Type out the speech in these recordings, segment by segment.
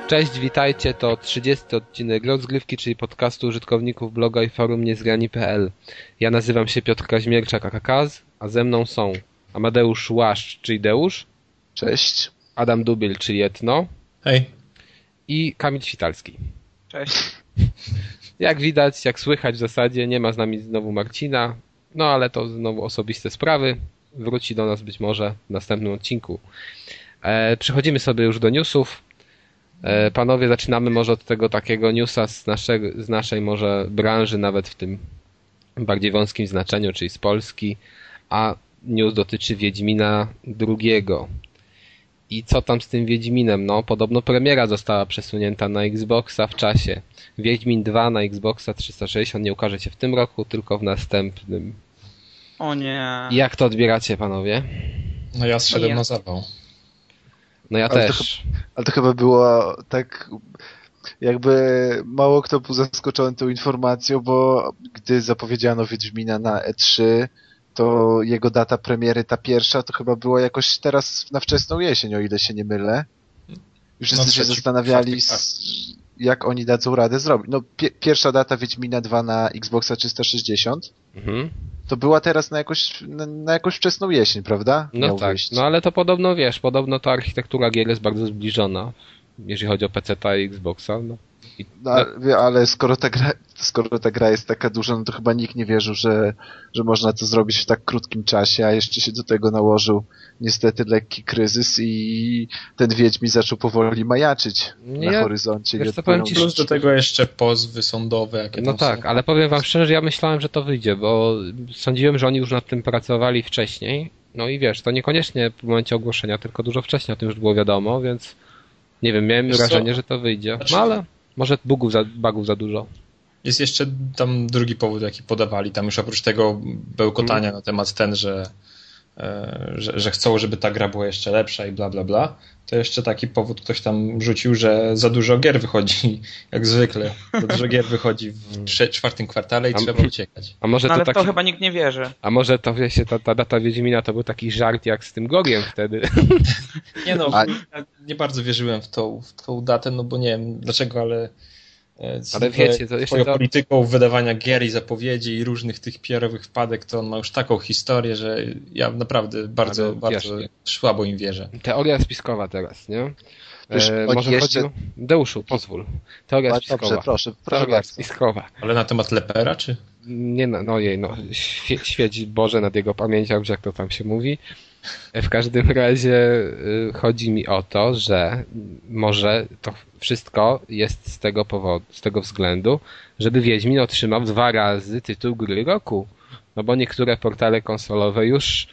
Cześć, witajcie, to 30 odcinek Rozgrywki, czyli podcastu użytkowników bloga i forum niezgrani.pl. Ja nazywam się Piotr Kaźmierczak, aka Kaz, a ze mną są Amadeusz Łaszcz, czyli Deusz. Cześć. Adam Dubiel, czyli Etno. Hej. I Kamil Świtalski. Cześć. Jak widać, jak słychać w zasadzie, nie ma z nami znowu Marcina, no ale to znowu osobiste sprawy. Wróci do nas być może w następnym odcinku. Przechodzimy sobie już do newsów. Panowie, zaczynamy może od tego takiego newsa z naszej może branży, nawet w tym bardziej wąskim znaczeniu, czyli z Polski, a news dotyczy Wiedźmina II. I co tam z tym Wiedźminem? No, podobno premiera została przesunięta na Xboxa w czasie. Wiedźmin 2 na Xboxa 360 nie ukaże się w tym roku, tylko w następnym. O nie. I jak to odbieracie, panowie? No ja zszedłem na zawał. No ja też. Ale to chyba było tak, jakby mało kto był zaskoczony tą informacją, bo gdy zapowiedziano Wiedźmina na E3, to jego data premiery, ta pierwsza, to chyba było jakoś teraz na wczesną jesień, o ile się nie mylę. Już wszyscy się zastanawiali, jak oni dadzą radę zrobić. No, pierwsza data Wiedźmina 2 na Xboxa 360 to była teraz na jakąś wczesną jesień, prawda? No tak, wyjść. No ale to podobno ta architektura gier jest bardzo zbliżona, jeżeli chodzi o PC-ta i Xboxa. No. Ale skoro ta gra jest taka duża, no to chyba nikt nie wierzył, że można to zrobić w tak krótkim czasie, a jeszcze się do tego nałożył niestety lekki kryzys i ten Wiedźmin zaczął powoli majaczyć na horyzoncie. Plus do tego jeszcze pozwy sądowe. Jakie no tak, są. Ale powiem wam szczerze, ja myślałem, że to wyjdzie, bo sądziłem, że oni już nad tym pracowali wcześniej. No i wiesz, to niekoniecznie w momencie ogłoszenia, tylko dużo wcześniej o tym już było wiadomo, więc nie wiem, miałem wrażenie, że to wyjdzie. No ale może bugów za dużo. Jest jeszcze tam drugi powód, jaki podawali. Tam już oprócz tego bełkotania na temat ten, że chcą, żeby ta gra była jeszcze lepsza i bla bla bla, to jeszcze taki powód ktoś tam rzucił, że za dużo gier wychodzi, jak zwykle. Za dużo gier wychodzi w czwartym kwartale i trzeba uciekać. A może ale w to chyba nikt nie wierzy. A może to, wiecie, ta data Wiedźmina to był taki żart jak z tym Gogiem wtedy. Nie no, ja nie bardzo wierzyłem w tą datę, no bo nie wiem dlaczego, ale wiecie, to jeszcze polityką wydawania gier i zapowiedzi i różnych tych PR-owych wpadek, to on ma już taką historię, że ja naprawdę bardzo słabo im wierzę. Teoria spiskowa teraz, nie? Może jeszcze... Deuszu, pozwól. Teoria spiskowa. Dobrze, proszę Teoria spiskowa. Ale na temat Lepera, czy? Nie, świeć Boże nad jego pamięcią, jak to tam się mówi. W każdym razie chodzi mi o to, że może to wszystko jest z tego względu, żeby Wiedźmin otrzymał 2 razy tytuł gry roku. No bo niektóre portale konsolowe już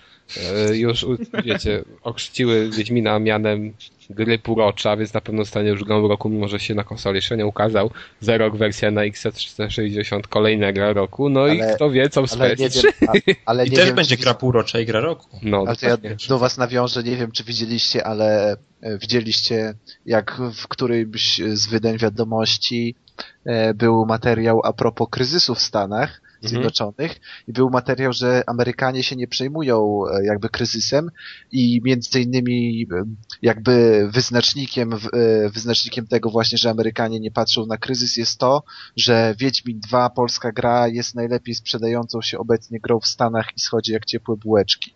wiecie, ochrzciły Wiedźmina mianem gry półrocza, więc na pewno zostanie już grą roku, mimo że się na konsoli jeszcze nie ukazał. Za rok wersja na X360, kolejna gra roku, no ale, i kto wie, co w PS3. I też będzie gra półrocza i gra roku. No, ale to ja do was nawiążę, nie wiem, czy widzieliście, ale widzieliście, jak w którymś z wydań wiadomości był materiał a propos kryzysu w Stanach Zjednoczonych i był materiał, że Amerykanie się nie przejmują jakby kryzysem i między innymi jakby wyznacznikiem tego właśnie, że Amerykanie nie patrzą na kryzys jest to, że Wiedźmin 2, polska gra, jest najlepiej sprzedającą się obecnie grą w Stanach i schodzi jak ciepłe bułeczki.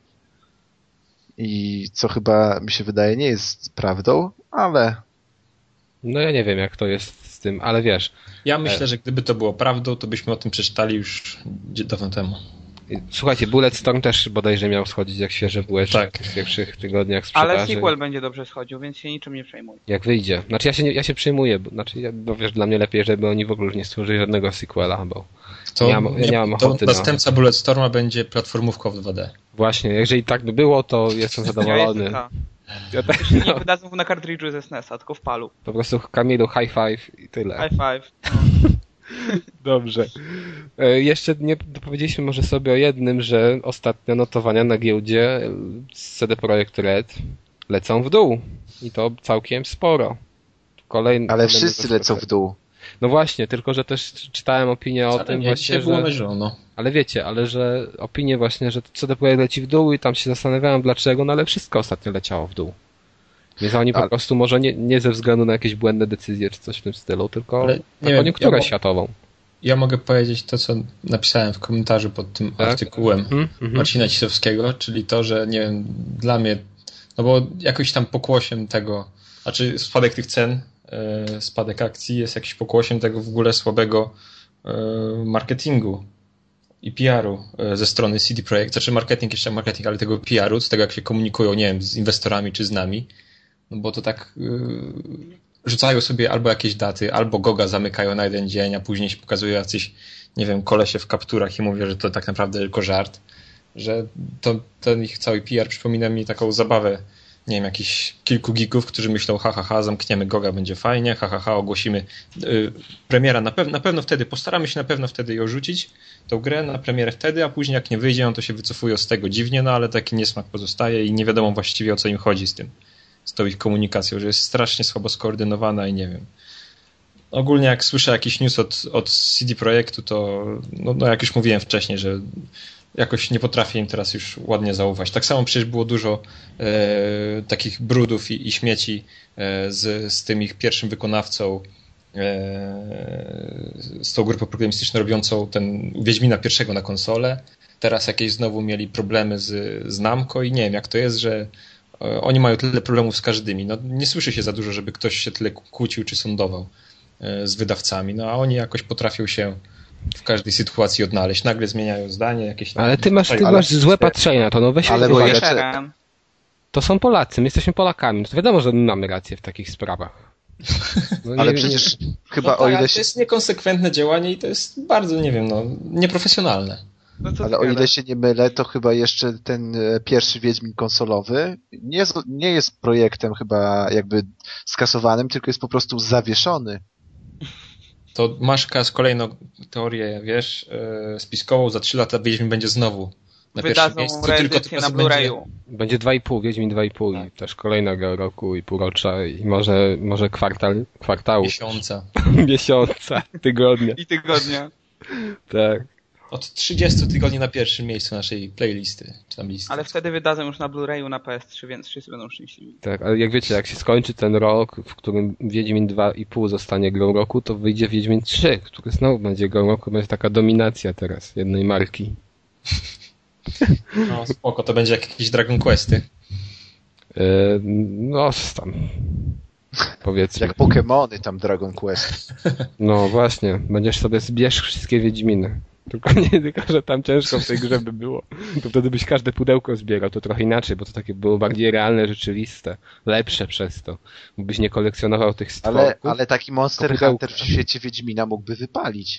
I co chyba mi się wydaje nie jest prawdą, ale... No ja nie wiem jak to jest z tym, ale wiesz... Ja myślę, że gdyby to było prawdą, to byśmy o tym przeczytali już dawno temu. Słuchajcie, Bulletstorm też bodajże miał schodzić jak świeże bułeczki w pierwszych tygodniach sprzedaży. Ale sequel będzie dobrze schodził, więc się niczym nie przejmuj. Jak wyjdzie. Znaczy ja się przejmuję, bo wiesz, dla mnie lepiej, żeby oni w ogóle już nie stworzyli żadnego sequela, bo nie mam ochoty następca Bulletstorma będzie platformówką w 2D. Właśnie, jeżeli tak by było, to jestem zadowolony. Ja też, nie wydadzą na kartridżu ze SNES-a, tylko w palu. Po prostu Kamilu, high five i tyle. High five. Dobrze. Jeszcze nie dopowiedzieliśmy może sobie o jednym, że ostatnio notowania na giełdzie CD Projekt Red lecą w dół. I to całkiem sporo. Ale wszyscy lecą w dół. No właśnie, tylko że też czytałem opinię o tym właśnie, było na zielono. Ale wiecie, że opinie właśnie, że CD Projekt leci w dół i tam się zastanawiałem dlaczego, no ale wszystko ostatnio leciało w dół. Więc oni po prostu może nie ze względu na jakieś błędne decyzje czy coś w tym stylu, tylko na wiem, koniunkturę światową. Ja mogę powiedzieć to, co napisałem w komentarzu pod tym artykułem Marcina Cisowskiego, czyli to, że nie wiem, dla mnie, no bo jakoś tam pokłosiem tego, znaczy spadek tych cen, spadek akcji jest jakiś pokłosiem tego w ogóle słabego marketingu i PR-u ze strony CD Projekt, znaczy marketing, ale tego PR-u, z tego jak się komunikują, nie wiem, z inwestorami czy z nami, no bo to tak rzucają sobie albo jakieś daty, albo Goga zamykają na jeden dzień, a później się pokazują jacyś, nie wiem, kolesie w kapturach i mówią, że to tak naprawdę tylko żart, że ten ich cały PR przypomina mi taką zabawę, nie wiem, jakichś kilku geeków, którzy myślą, zamkniemy Goga, będzie fajnie, ogłosimy premiera, na pewno wtedy, postaramy się na pewno wtedy ją rzucić, tą grę na premierę wtedy, a później jak nie wyjdzie, to się wycofują z tego dziwnie, no ale taki niesmak pozostaje i nie wiadomo właściwie o co im chodzi z tą ich komunikacją, że jest strasznie słabo skoordynowana i nie wiem. Ogólnie jak słyszę jakiś news od CD Projektu, to no jak już mówiłem wcześniej, że jakoś nie potrafię im teraz już ładnie zaufać. Tak samo przecież było dużo takich brudów i śmieci z tym ich pierwszym wykonawcą, z tą grupą programistyczną robiącą ten Wiedźmina pierwszego na konsolę. Teraz jakieś znowu mieli problemy z Namco i nie wiem jak to jest, że oni mają tyle problemów z każdymi. No, nie słyszy się za dużo, żeby ktoś się tyle kłócił czy sądował z wydawcami, no a oni jakoś potrafią się w każdej sytuacji odnaleźć. Nagle zmieniają zdanie jakieś tam. Ale ty masz złe patrzenie na to, no weź ale uwagę. jeszcze... To są Polacy, my jesteśmy Polakami, no to wiadomo, że my mamy rację w takich sprawach. No ale przecież chyba no o ile to się... jest niekonsekwentne działanie i to jest bardzo, nie wiem, nieprofesjonalne. No ale o ile się nie mylę, to chyba jeszcze ten pierwszy Wiedźmin konsolowy nie jest projektem chyba jakby skasowanym, tylko jest po prostu zawieszony. To masz kolejną teorię, wiesz, spiskową, za 3 lata Wiedźmin będzie znowu na pierwszym miejscu. Reedycję na Blu-rayu. Będzie 2,5, Wiedźmin 2,5 tak. I też kolejnego roku i półrocza i może kwartału. Miesiąca, tygodnia. I tygodnia. Tak. Od 30 tygodni na pierwszym miejscu naszej playlisty, czy tam listy. Ale wtedy wydadzą już na Blu-rayu na PS3, więc wszyscy będą szczęśliwi. Tak, ale jak wiecie, jak się skończy ten rok, w którym Wiedźmin 2,5 zostanie grą roku, to wyjdzie Wiedźmin 3, który znowu będzie grą roku, będzie taka dominacja teraz jednej marki. No spoko, to będzie jakieś Dragon Questy. No tam, powiedzmy. Jak Pokemony tam Dragon Quest. No właśnie, będziesz sobie zbierz wszystkie Wiedźminy. Tylko, że tam ciężko w tej grze by było. To wtedy byś każde pudełko zbierał, to trochę inaczej, bo to takie było bardziej realne, rzeczywiste. Lepsze przez to. Byś nie kolekcjonował tych stworków. Ale taki Monster Hunter w świecie Wiedźmina mógłby wypalić.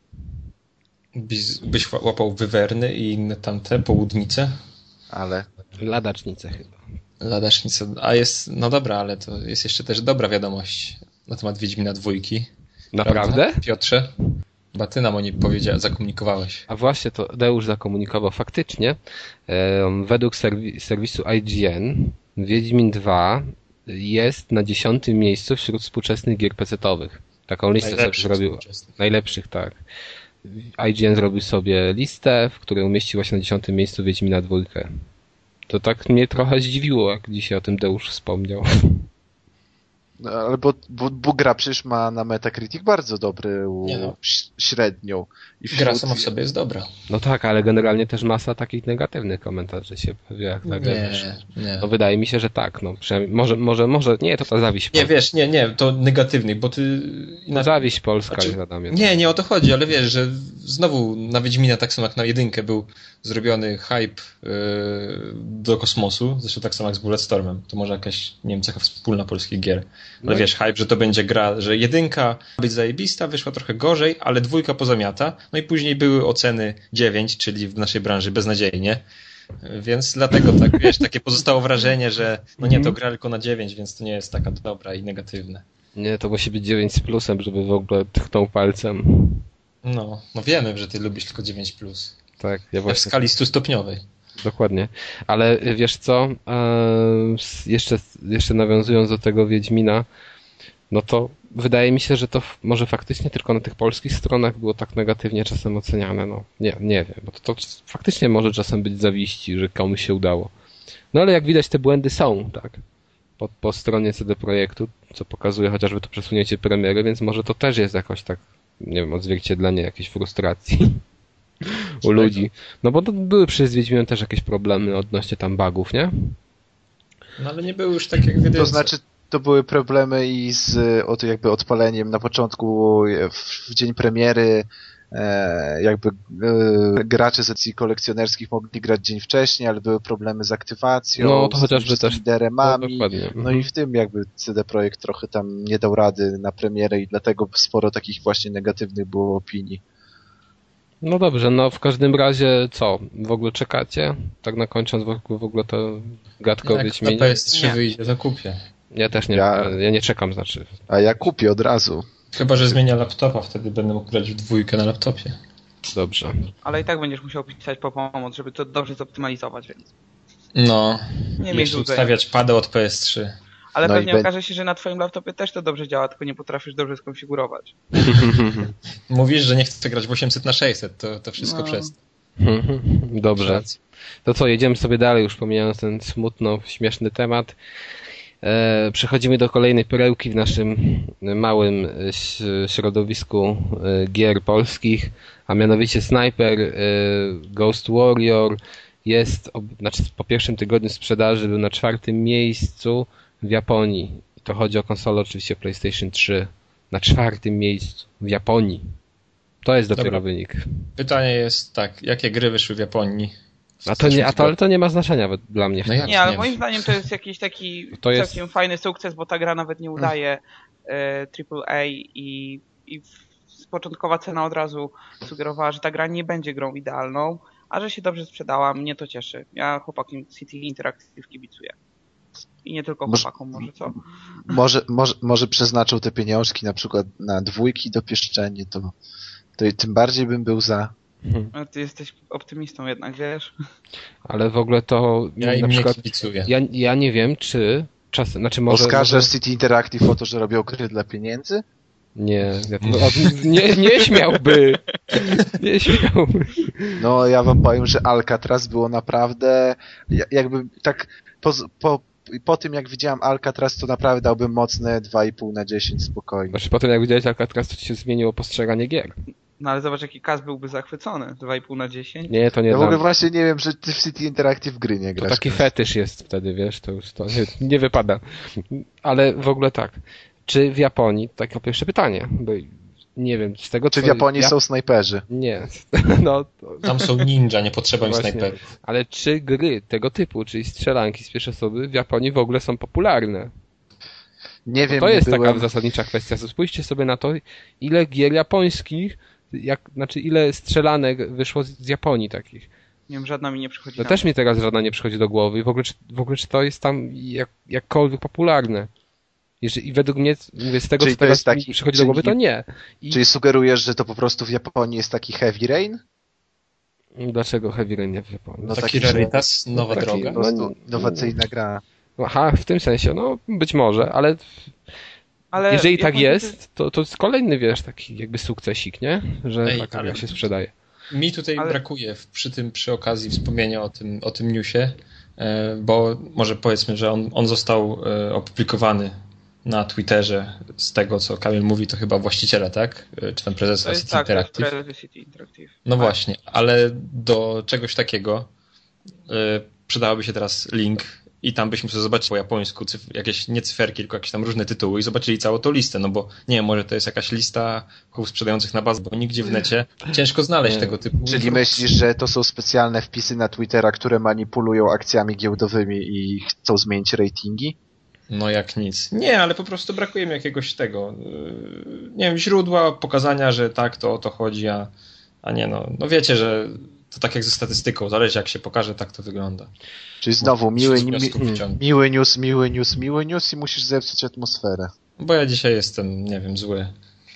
Byś łapał wywerny i inne tamte południce? Ale... Ladacznice chyba. Ladacznice. A jest, no dobra, ale to jest jeszcze też dobra wiadomość na temat Wiedźmina 2. Naprawdę? Prawda, Piotrze? Chyba ty nam o niej zakomunikowałeś. A właśnie, to Deusz zakomunikował. Faktycznie, według serwisu IGN Wiedźmin 2 jest na 10. miejscu wśród współczesnych gier PC-towych. Taką listę sobie zrobił. Najlepszych, tak. IGN zrobił sobie listę, w której umieściła się na 10. miejscu Wiedźmina 2. To tak mnie trochę zdziwiło, jak dzisiaj o tym Deusz wspomniał. No, ale bo gra przecież ma na Metacritic bardzo dobrą średnią. Gra sama w sobie jest dobra. No tak, ale generalnie też masa takich negatywnych komentarzy się pojawia. Jak tak nie. No wydaje mi się, że tak. No, przynajmniej może, nie, to ta zawiść polska. Nie, wiesz, nie, to negatywny, bo ty... No, zawiść polska, wiadomo. Nie o to chodzi, ale wiesz, że znowu na Wiedźmina, tak samo jak na 1 był zrobiony hype do kosmosu, zresztą tak samo jak z Bulletstormem. To może jakaś, nie wiem, cecha wspólna polskich gier. Ale wiesz, hype, że to będzie gra, że 1 ma być zajebista, wyszła trochę gorzej, ale 2 pozamiata. No i później były oceny 9, czyli w naszej branży beznadziejnie. Więc dlatego tak, wiesz, takie pozostało wrażenie, że no nie, to gra tylko na 9, więc to nie jest taka dobra i negatywne. Nie, to musi być 9 z plusem, żeby w ogóle tchnął palcem. No wiemy, że ty lubisz tylko 9+. Tak, ja właśnie... W skali 100-stopniowej. Dokładnie. Ale wiesz co, jeszcze nawiązując do tego Wiedźmina, no to wydaje mi się, że to może faktycznie tylko na tych polskich stronach było tak negatywnie czasem oceniane. No nie wiem, bo to faktycznie może czasem być zawiści, że komuś się udało. No ale jak widać te błędy są, tak. po stronie CD Projektu, co pokazuje chociażby to przesunięcie premiery, więc może to też jest jakoś tak, nie wiem, odzwierciedlenie jakiejś frustracji u ludzi. No bo to były przez Wiedźminem też jakieś problemy odnośnie tam bugów, nie? No ale nie były już tak jak wiedzy. To znaczy, to były problemy i z jakby odpaleniem na początku w dzień premiery, gracze z edycji kolekcjonerskich mogli grać dzień wcześniej, ale były problemy z aktywacją, no, to chociażby też DRM-ami, no i w tym jakby CD Projekt trochę tam nie dał rady na premierę i dlatego sporo takich właśnie negatywnych było opinii. No dobrze, no w każdym razie co? W ogóle czekacie? Tak na kończąc w ogóle to gadkę o Wiedźminie? Jak PS3 wyjdzie, to kupię. Ja też nie, ja nie czekam, znaczy. A ja kupię od razu. Chyba, że zmienia laptopa, wtedy będę mógł grać w 2 na laptopie. Dobrze. Ale i tak będziesz musiał pisać po pomoc, żeby to dobrze zoptymalizować, więc... No, Nie miej jeszcze złudzeń. ustawiać pada od PS3. Ale No pewnie okaże się, że na twoim laptopie też to dobrze działa, tylko nie potrafisz dobrze skonfigurować. Mówisz, że nie chcę grać w 800x600, to wszystko przez to. Dobrze. To co, jedziemy sobie dalej, już pomijając ten smutno śmieszny temat. Przechodzimy do kolejnej perełki w naszym małym środowisku gier polskich, a mianowicie Sniper Ghost Warrior jest, znaczy po pierwszym tygodniu sprzedaży był na 4. miejscu w Japonii. To chodzi o konsolę oczywiście PlayStation 3. Na 4. miejscu w Japonii. To jest dopiero wynik. Pytanie jest tak, jakie gry wyszły w Japonii? Ale to nie ma znaczenia dla mnie. No nie, ale moim zdaniem to jest jakiś taki całkiem fajny sukces, bo ta gra nawet nie udaje AAA i początkowa cena od razu sugerowała, że ta gra nie będzie grą idealną, a że się dobrze sprzedała, mnie to cieszy. Ja chłopakom City Interactive kibicuję. I nie tylko chłopakom, może co? Może przeznaczył te pieniążki na przykład na 2 dopieszczenie, to tym bardziej bym był za. A ty jesteś optymistą jednak, wiesz? Ale w ogóle to ja na przykład kibicuję. Ja nie wiem, czy znaczy może oskarżasz City Interactive o to, że robią gry dla pieniędzy? Nie, nie śmiałby. Nie śmiałby. No ja wam powiem, że Alcatraz było naprawdę jakby tak po tym jak widziałem Alcatraz, to naprawdę dałbym mocne 2,5 na 10 spokojnie. Znaczy po tym jak widziałeś Alcatraz, to ci się zmieniło postrzeganie gier. No ale zobacz, jaki Kaz byłby zachwycony. 2,5 na 10. Nie, to nie ja w ogóle właśnie nie wiem, że ty w City Interactive gry nie grasz. To taki fetysz jest wtedy, wiesz, to już to nie wypada. Ale w ogóle tak. Czy w Japonii, takie pierwsze pytanie, bo nie wiem, z tego Czy w Japonii są snajperzy? Nie. No, tam są ninja, nie potrzeba im snajperów. Ale czy gry tego typu, czyli strzelanki z pierwszej osoby w Japonii w ogóle są popularne? Nie wiem, to jest taka zasadnicza kwestia. Spójrzcie sobie na to, ile gier japońskich, znaczy ile strzelanek wyszło z Japonii takich. Nie wiem, żadna mi nie przychodzi no też mi teraz żadna nie przychodzi do głowy i w ogóle czy to jest tam jakkolwiek popularne. I według mnie, mówię, z tego, co teraz przychodzi do głowy, to nie. Czyli sugerujesz, że to po prostu w Japonii jest taki Heavy Rain? Dlaczego Heavy Rain nie w Japonii? No taki Raritas, nowa droga. Po prostu innowacyjna gra. Aha, w tym sensie, no być może, ale jeżeli tak jest, to jest kolejny, wiesz, taki jakby sukcesik, nie? Że taka gra się sprzedaje. Mi tutaj brakuje przy okazji wspomnienia o tym newsie, bo może powiedzmy, że on został opublikowany na Twitterze. Z tego, co Kamil mówi, to chyba właściciela, tak? Czy tam prezesa City Interactive. No właśnie, ale do czegoś takiego przydałoby się teraz link i tam byśmy sobie zobaczyli po japońsku jakieś nie cyferki, tylko jakieś tam różne tytuły i zobaczyli całą tą listę, no bo nie wiem, może to jest jakaś lista kół sprzedających na bazę, bo nigdzie w necie ciężko znaleźć tego typu. Czyli myślisz, że to są specjalne wpisy na Twittera, które manipulują akcjami giełdowymi i chcą zmienić ratingi? No jak nic. Nie, ale po prostu brakuje mi jakiegoś tego, nie wiem, źródła, pokazania, że tak, to o to chodzi, a nie no wiecie, że to tak jak ze statystyką, zależy jak się pokaże, tak to wygląda. Czyli znowu miły news i musisz zepsuć atmosferę. Bo ja dzisiaj jestem, nie wiem, zły.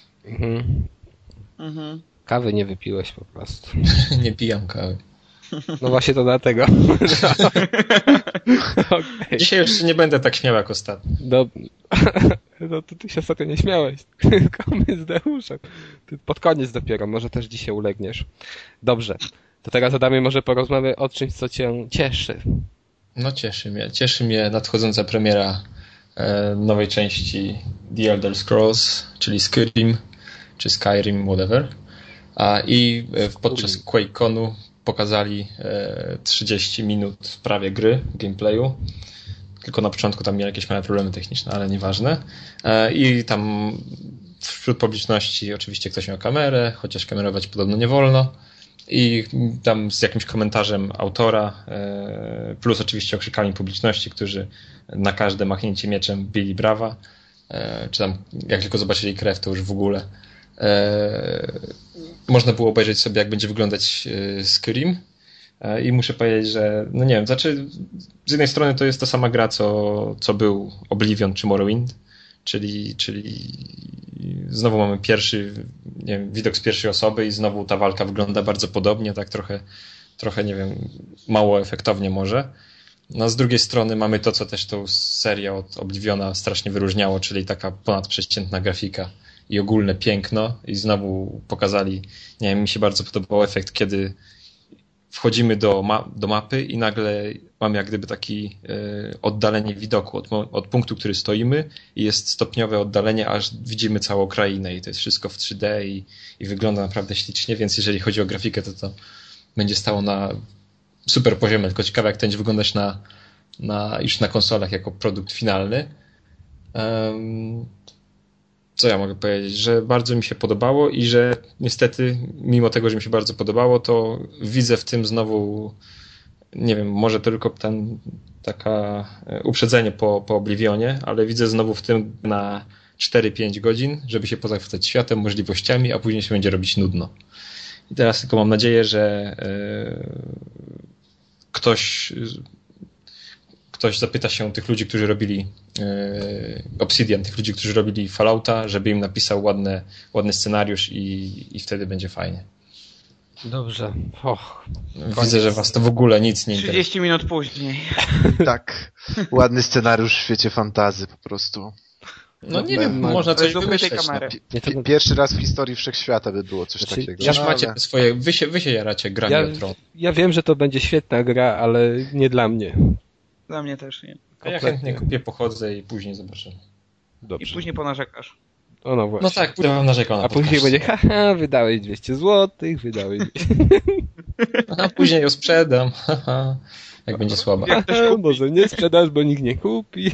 Kawy nie wypiłeś po prostu. Nie pijam kawy. No właśnie to dlatego. Okay. Dzisiaj już nie będę tak śmiał jak ostatnio. No to ty się ostatnio nie śmiałeś. Tylko my z Deuszem. Ty pod koniec dopiero, może też dzisiaj ulegniesz. Dobrze. To teraz Adamie może porozmawiamy o czymś, co cię cieszy. No cieszy mnie. Cieszy mnie nadchodząca premiera nowej części The Elder Scrolls, czyli Skyrim, czy Skyrim, whatever. I podczas QuakeConu pokazali 30 minut prawie gry, gameplayu. Tylko na początku tam mieli jakieś małe problemy techniczne, ale nieważne. I tam wśród publiczności oczywiście ktoś miał kamerę, chociaż kamerować podobno nie wolno. I tam z jakimś komentarzem autora, plus oczywiście okrzykami publiczności, którzy na każde machnięcie mieczem bili brawa. Czy tam jak tylko zobaczyli krew, to już w ogóle. Można było obejrzeć sobie, jak będzie wyglądać Skyrim. I muszę powiedzieć, że no nie wiem, znaczy z jednej strony to jest ta sama gra, co był Oblivion czy Morrowind, czyli znowu mamy pierwszy, nie wiem, widok z pierwszej osoby i znowu ta walka wygląda bardzo podobnie, tak trochę nie wiem, mało efektownie może. No a z drugiej strony mamy to, co też tą serię od Obliviona strasznie wyróżniało, czyli taka ponadprzeciętna grafika i ogólne piękno i znowu pokazali, nie wiem, mi się bardzo podobał efekt, kiedy wchodzimy do mapy i nagle mamy jak gdyby takie oddalenie widoku od punktu, który stoimy i jest stopniowe oddalenie, aż widzimy całą krainę i to jest wszystko w 3D i wygląda naprawdę ślicznie, więc jeżeli chodzi o grafikę, to będzie stało na super poziomie, tylko ciekawe jak to będzie wyglądać już na konsolach jako produkt finalny. Co ja mogę powiedzieć? Że bardzo mi się podobało i że niestety, mimo tego, że mi się bardzo podobało, to widzę w tym znowu, nie wiem, może tylko taka uprzedzenie po Oblivionie, ale widzę znowu w tym na 4-5 godzin, żeby się pozachwycać światem, możliwościami, a później się będzie robić nudno. I teraz tylko mam nadzieję, że ktoś zapyta się tych ludzi, którzy robili Obsidian, tych ludzi, którzy robili Fallouta, żeby im napisał ładny scenariusz i wtedy będzie fajnie. Dobrze. Widzę, że was to w ogóle nic nie interesuje. 30 minut później. Tak. Ładny scenariusz w świecie fantasy po prostu. No nie wiem, można coś wymyśleć. Pierwszy raz w historii wszechświata by było coś takiego. Już macie swoje, wy się jaracie grami o Tron. Ja wiem, że to będzie świetna gra, ale nie dla mnie. Dla mnie też nie. A ja chętnie kupię, pochodzę i później zobaczymy. Dobrze. I później ponarzekasz. No właśnie. No tak, później mam narzekał na a później będzie, wydałeś 200 zł, wydałeś 200. A później ją sprzedam, jak będzie słaba. Może nie sprzedasz, bo nikt nie kupi.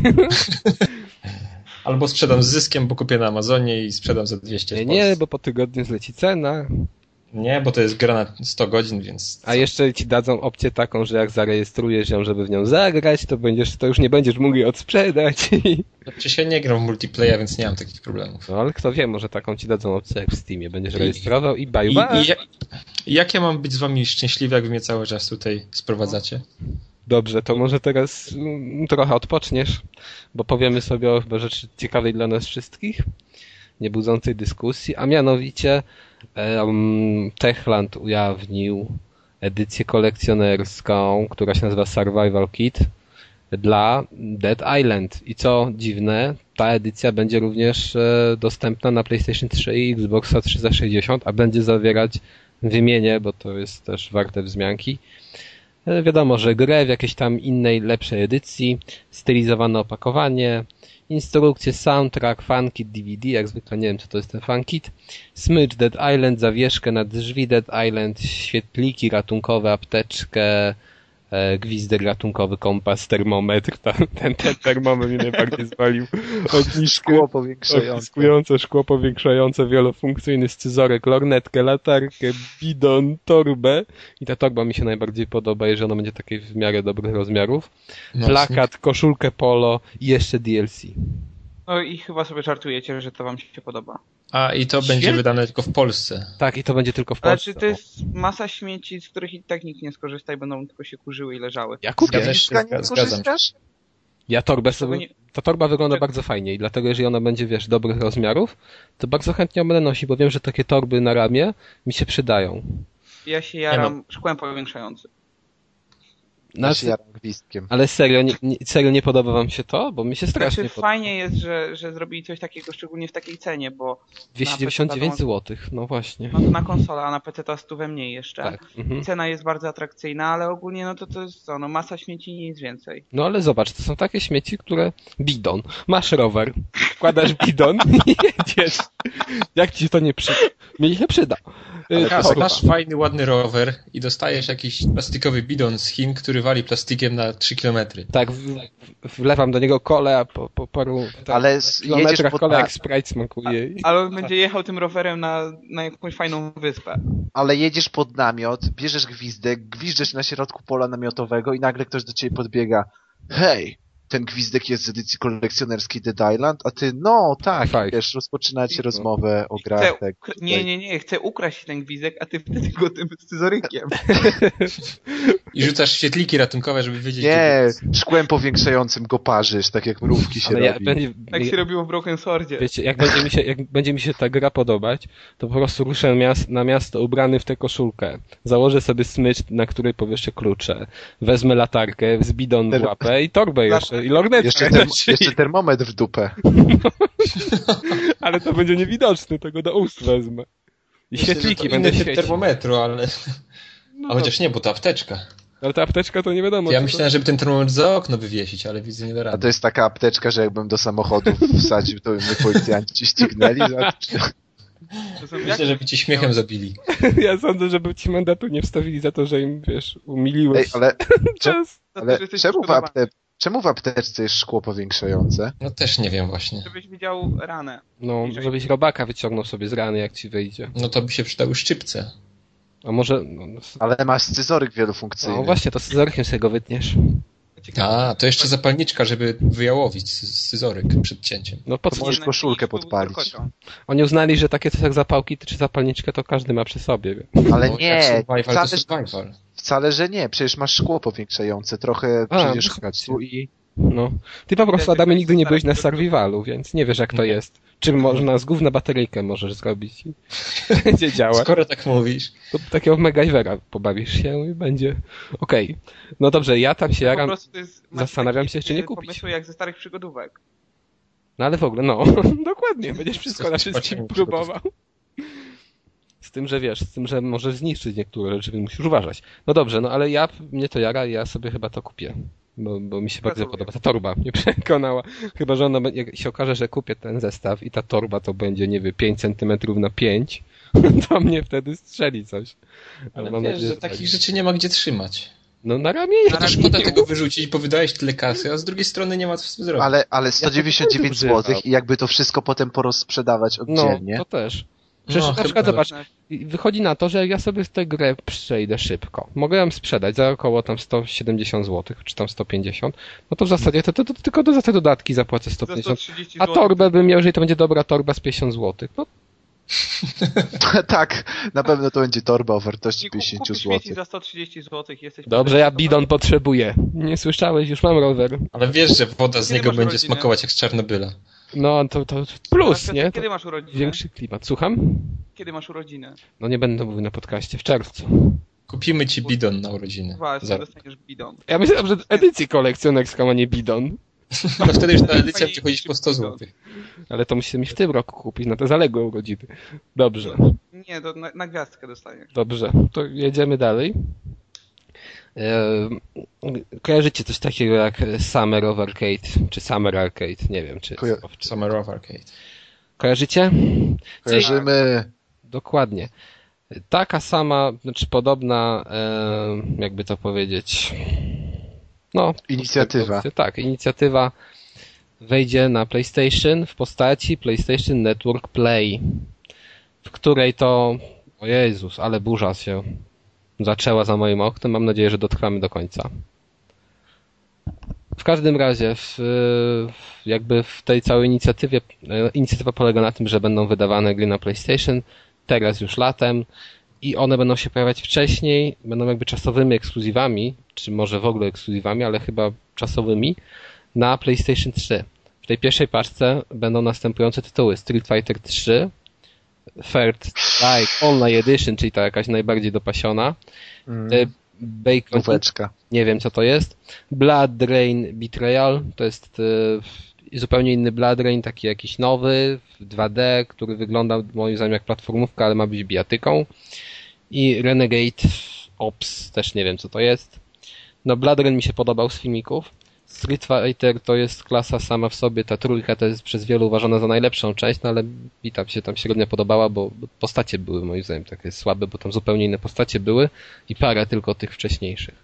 Albo sprzedam z zyskiem, bo kupię na Amazonie i sprzedam za 200. Nie, bo po tygodniu zleci cena. Nie, bo to jest gra na 100 godzin, więc... A jeszcze ci dadzą opcję taką, że jak zarejestrujesz ją, żeby w nią zagrać, to już nie będziesz mógł jej odsprzedać. Przecież ja nie gram w multiplayer, więc nie mam takich problemów. No ale kto wie, może taką ci dadzą opcję jak w Steamie. Będziesz rejestrował i bye. Jak ja mam być z wami szczęśliwy, jak wy mnie cały czas tutaj sprowadzacie? Dobrze, to może teraz trochę odpoczniesz, bo powiemy sobie o chyba rzeczy ciekawej dla nas wszystkich, niebudzącej dyskusji, a mianowicie Techland ujawnił edycję kolekcjonerską, która się nazywa Survival Kit dla Dead Island. I co dziwne, ta edycja będzie również dostępna na PlayStation 3 i Xboxa 360, a będzie zawierać wymienię, bo to jest też warte wzmianki. Wiadomo, że grę w jakiejś tam innej, lepszej edycji, stylizowane opakowanie, instrukcje, soundtrack, funkit, DVD, jak zwykle nie wiem co to jest ten funkit, smycz Dead Island, zawieszkę na drzwi Dead Island, świetliki ratunkowe, apteczkę, gwizdek ratunkowy, kompas, termometr, ten termometr mnie najbardziej zwalił, ogniskujące szkło powiększające, wielofunkcyjny scyzorek, lornetkę, latarkę, bidon, torbę i ta torba mi się najbardziej podoba, jeżeli ona będzie takiej w miarę dobrych rozmiarów, plakat, koszulkę polo i jeszcze DLC. No i chyba sobie żartujecie, że to wam się podoba. A i to będzie wydane tylko w Polsce. Tak, i to będzie tylko w Polsce. Znaczy to jest masa śmieci, z których i tak nikt nie skorzysta i będą tylko się kurzyły i leżały. Ja kupię. Ja też zgadzam się. Ja torbę sobie... Ta torba wygląda bardzo fajnie i dlatego jeżeli ona będzie, dobrych rozmiarów, to bardzo chętnie ją będę nosić, bo wiem, że takie torby na ramię mi się przydają. Ja się jaram szkłem powiększającym. gwizdkiem. Ale serio nie podoba wam się to? Bo mi się strasznie podoba. Fajnie jest, że zrobili coś takiego, szczególnie w takiej cenie, bo 299 zł, no właśnie. No to na konsolę, a na PC to 100 mniej jeszcze. Tak. Cena jest bardzo atrakcyjna, ale ogólnie no to jest co, no masa śmieci i nic więcej. No ale zobacz, to są takie śmieci, które... Bidon. Masz rower, wkładasz bidon i jedziesz. Jak ci się to nie przyda? Mi się przyda. Masz fajny, ładny rower i dostajesz jakiś plastikowy bidon z Chin, który wali plastikiem na 3 km. Tak, wlewam do niego kole, a po paru kilometrach kole jak Sprite smakuje. Ale on będzie jechał tym rowerem na jakąś fajną wyspę. Ale jedziesz pod namiot, bierzesz gwizdek, gwizdesz na środku pola namiotowego i nagle ktoś do ciebie podbiega. Hej, ten gwizdek jest z edycji kolekcjonerskiej Dead Island, a ty, no tak, wiesz, rozpoczynacie rozmowę o grach. Nie, chcę ukraść ten gwizdek, a ty wtedy go tym scyzorykiem. I rzucasz świetliki ratunkowe, żeby wiedzieć... Nie, szkłem powiększającym go parzysz, tak jak mrówki się robi. Tak się robiło w Broken Swordzie. Wiecie, jak będzie mi się ta gra podobać, to po prostu ruszę na miasto ubrany w tę koszulkę. Założę sobie smycz, na której powieszę klucze. Wezmę latarkę, z bidon w łapę i torbę jeszcze. I lornetkę. Jeszcze termometr w dupę. Ale to będzie niewidoczny, tego do ust wezmę. I świetliki będę świecić. Termometru, ale... A chociaż nie, bo to apteczka. Ale ta apteczka to nie wiadomo. Ja myślałem, żeby ten termometr za okno wywiesić, ale widzę, nie da rady. A to jest taka apteczka, że jakbym do samochodu wsadził, to by mnie policjanci ścignęli za... Myślę, żeby ci śmiechem zabili. Ja sądzę, żeby ci mandatu nie wstawili za to, że im, wiesz, umiliłeś czas. Czemu w apteczce jest szkło powiększające? No też nie wiem właśnie. Żebyś widział ranę. No, żebyś robaka wyciągnął sobie z rany, jak ci wyjdzie. No to by się przydały szczypce. A może... Ale masz scyzoryk wielofunkcyjny. No właśnie, to scyzorykiem sobie go wytniesz. A, to jeszcze zapalniczka, żeby wyjałowić scyzoryk przed cięciem. No to możesz koszulkę podpalić. Oni uznali, że takie coś jak zapałki czy zapalniczkę to każdy ma przy sobie. Ale nie, survival. Wcale, że nie. Przecież masz szkło powiększające. Trochę przyjdziesz tu i... No. Ty po prostu, Adamie, nigdy nie byłeś na survivalu, więc nie wiesz jak to jest. Czym można, z gówna bateryjkę możesz zrobić i będzie działać. Skoro tak mówisz. To takiego MacGyvera pobawisz się i będzie okej. No dobrze, ja tam się jaram, zastanawiam się, czy nie kupić. Pomysły jak ze starych przygodówek. No ale w ogóle, no, dokładnie, będziesz wszystko na wszystkim próbował. Z tym, że wiesz, z tym, że możesz zniszczyć niektóre rzeczy, więc musisz uważać. No dobrze, no ale mnie to jara i ja sobie chyba to kupię. Bo mi się bardzo podoba. Ta torba mnie przekonała. Chyba, że jak się okaże, że kupię ten zestaw i ta torba to będzie, nie wiem, 5 cm na 5, to mnie wtedy strzeli coś. Ale mam nadzieję, że takich rzeczy nie ma gdzie trzymać. No na ramieniu. To szkoda tego wyrzucić, bo wydałeś tyle kasy, a z drugiej strony nie ma co z tym zrobić. Ale 199 zł i jakby to wszystko potem porozsprzedawać oddzielnie. No, to też. Przecież na przykład zobacz, wychodzi na to, że jak ja sobie tę grę przejdę szybko, mogę ją sprzedać za około tam 170 zł, czy tam 150, no to w zasadzie to tylko za te dodatki zapłacę 150, a torbę bym miał, jeżeli to będzie dobra torba z 50 zł. No. Tak, na pewno to będzie torba o wartości 50 zł. Śmieci za 130 zł jesteś... Dobrze, ja bidon potrzebuję. Nie słyszałeś, już mam rower. Ale wiesz, że woda z niego będzie smakować jak z Czarnobyla. No, to plus, nie? Kiedy masz urodziny? Większy klimat. Słucham? Kiedy masz urodziny? No nie będę mówił na podcaście, w czerwcu. Kupimy ci bidon na urodziny. Właśnie, dostaniesz bidon. Ja myślałem, że edycji kolekcjonerską, a nie bidon. No wtedy już ta edycja będzie chodzić po 100 zł. Ale to musicie mi w tym roku kupić, na te zaległe urodziny. Dobrze. Nie, to na gwiazdkę dostaniesz. Dobrze, to jedziemy dalej. Kojarzycie coś takiego jak Summer of Arcade, czy Summer Arcade, nie wiem, czy... Summer of Arcade. Kojarzycie? Kojarzymy. Dokładnie. Taka sama, znaczy podobna, jakby to powiedzieć... No, inicjatywa. Tak, inicjatywa wejdzie na PlayStation w postaci PlayStation Network Play, w której to... O Jezus, ale burza się zaczęła za moim oknem. Mam nadzieję, że dotrwamy do końca. W każdym razie jakby w tej całej inicjatywie, inicjatywa polega na tym, że będą wydawane gry na PlayStation teraz już latem i one będą się pojawiać wcześniej, będą jakby czasowymi ekskluzywami, czy może w ogóle ekskluzywami, ale chyba czasowymi na PlayStation 3. W tej pierwszej paczce będą następujące tytuły: Street Fighter 3, Third Strike Online Edition, czyli ta jakaś najbardziej dopasiona, Bacon. Nie wiem co to jest. Blood Rain Betrayal to jest zupełnie inny Blood Rain, taki jakiś nowy, w 2D, który wygląda moim zdaniem jak platformówka, ale ma być bijatyką. I Renegade Ops, też nie wiem co to jest. No Blood Rain mi się podobał z filmików. Street Fighter to jest klasa sama w sobie, ta trójka to jest przez wielu uważana za najlepszą część, no ale mi tam się średnio podobała, bo postacie były moim zdaniem takie słabe, bo tam zupełnie inne postacie były i parę tylko tych wcześniejszych.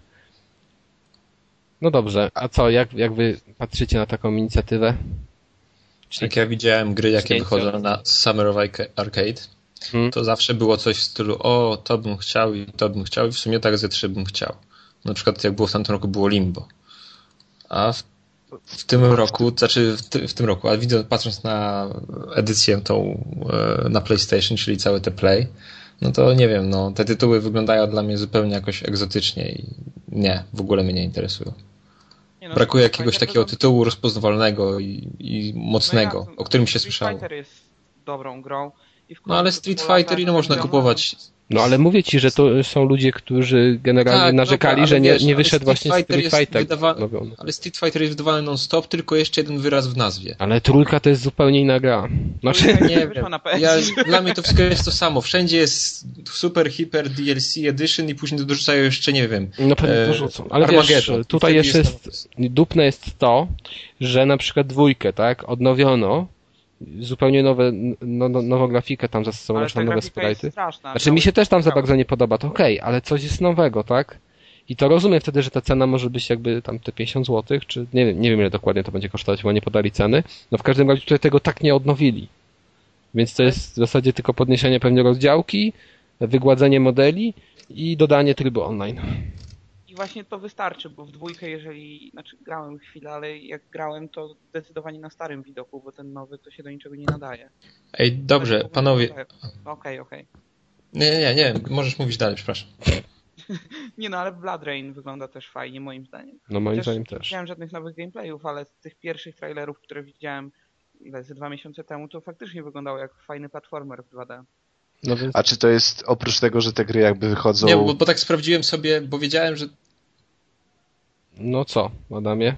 No dobrze, a co, jak wy patrzycie na taką inicjatywę? Jak ja widziałem gry, jakie wychodzą na Summer of Arcade, to zawsze było coś w stylu to bym chciał i to bym chciał i w sumie tak ze 3 bym chciał. Na przykład jak było w tamtym roku było Limbo. A w tym roku, a patrząc na edycję tą na PlayStation, czyli całe te Play, no to nie wiem, no te tytuły wyglądają dla mnie zupełnie jakoś egzotycznie i nie, w ogóle mnie nie interesują. Brakuje jakiegoś takiego tytułu rozpoznawalnego i mocnego, o którym się słyszało. Street Fighter jest dobrą grą. No ale Street Fighter ile można kupować? No ale mówię ci, że to są ludzie, którzy generalnie narzekali, że nie wyszedł właśnie Street Fighter. Ale Street Fighter jest wydawany non-stop, tylko jeszcze jeden wyraz w nazwie. Ale trójka to jest zupełnie inna gra. Znaczy, nie wiem. Dla mnie to wszystko jest to samo. Wszędzie jest super, hiper, DLC edition i później dorzucają jeszcze, nie wiem. No pewnie dorzucą. Ale wiesz, tutaj jeszcze jest dupne jest to, że na przykład dwójkę, tak, odnowiono, zupełnie nową grafikę tam zastosowano, czy tam nowe sprite'y. Znaczy mi się też tam za bardzo nie podoba, to okej, ale coś jest nowego, tak? I to rozumiem wtedy, że ta cena może być jakby tam te 50 zł, czy nie wiem ile dokładnie to będzie kosztować, bo nie podali ceny. No w każdym razie tutaj tego tak nie odnowili. Więc to jest w zasadzie tylko podniesienie pewnej rozdziałki, wygładzenie modeli i dodanie trybu online. I właśnie to wystarczy, bo w dwójkę grałem chwilę, ale jak grałem to zdecydowanie na starym widoku, bo ten nowy to się do niczego nie nadaje. Ej, dobrze, panowie. Okej. Nie, możesz mówić dalej, przepraszam. Nie no, ale Blood Rain wygląda też fajnie, moim zdaniem. No moim zdaniem też. Nie widziałem żadnych nowych gameplayów, ale z tych pierwszych trailerów, które widziałem ze 2 miesiące temu, to faktycznie wyglądało jak fajny platformer w 2D. No więc... A czy to jest oprócz tego, że te gry jakby wychodzą... Nie, bo tak sprawdziłem sobie, bo wiedziałem, że... No co, Adamie?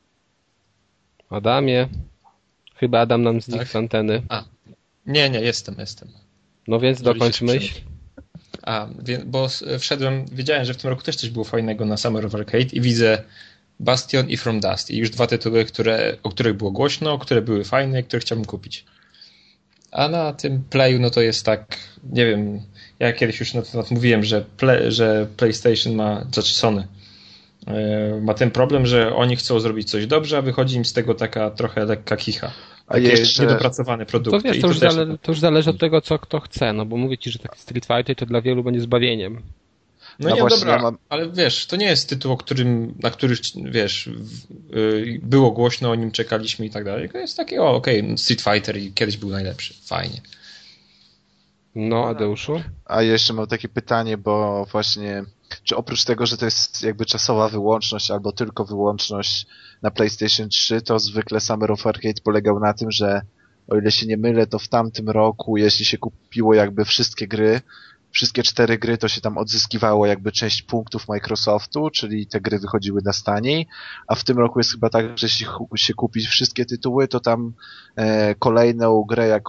Chyba Adam nam znikł z anteny. Nie, jestem. No więc dokończ myśl. Bo wiedziałem, że w tym roku też coś było fajnego na Summer of Arcade i widzę Bastion i From Dust. I już 2 tytuły, o których było głośno, które były fajne, które chciałbym kupić. A na tym Playu, no to jest tak, nie wiem, ja kiedyś już na temat mówiłem, że PlayStation Sony ma ten problem, że oni chcą zrobić coś dobrze, a wychodzi im z tego taka trochę lekka kicha. Jeszcze niedopracowany produkt. To wiesz, to już zależy od tego, co kto chce, no bo mówię ci, że taki Street Fighter to dla wielu będzie zbawieniem. No nie, dobra, ale wiesz, to nie jest tytuł, na który, wiesz, było głośno, o nim czekaliśmy i tak dalej. To jest taki, Street Fighter i kiedyś był najlepszy. Fajnie. No, Adeuszu? A jeszcze mam takie pytanie, bo właśnie, czy oprócz tego, że to jest jakby czasowa wyłączność albo tylko wyłączność na PlayStation 3, to zwykle Summer of Arcade polegał na tym, że o ile się nie mylę, to w tamtym roku, jeśli się kupiło jakby wszystkie 4 gry, to się tam odzyskiwało jakby część punktów Microsoftu, czyli te gry wychodziły na taniej, a w tym roku jest chyba tak, że jeśli się kupić wszystkie tytuły, to tam kolejną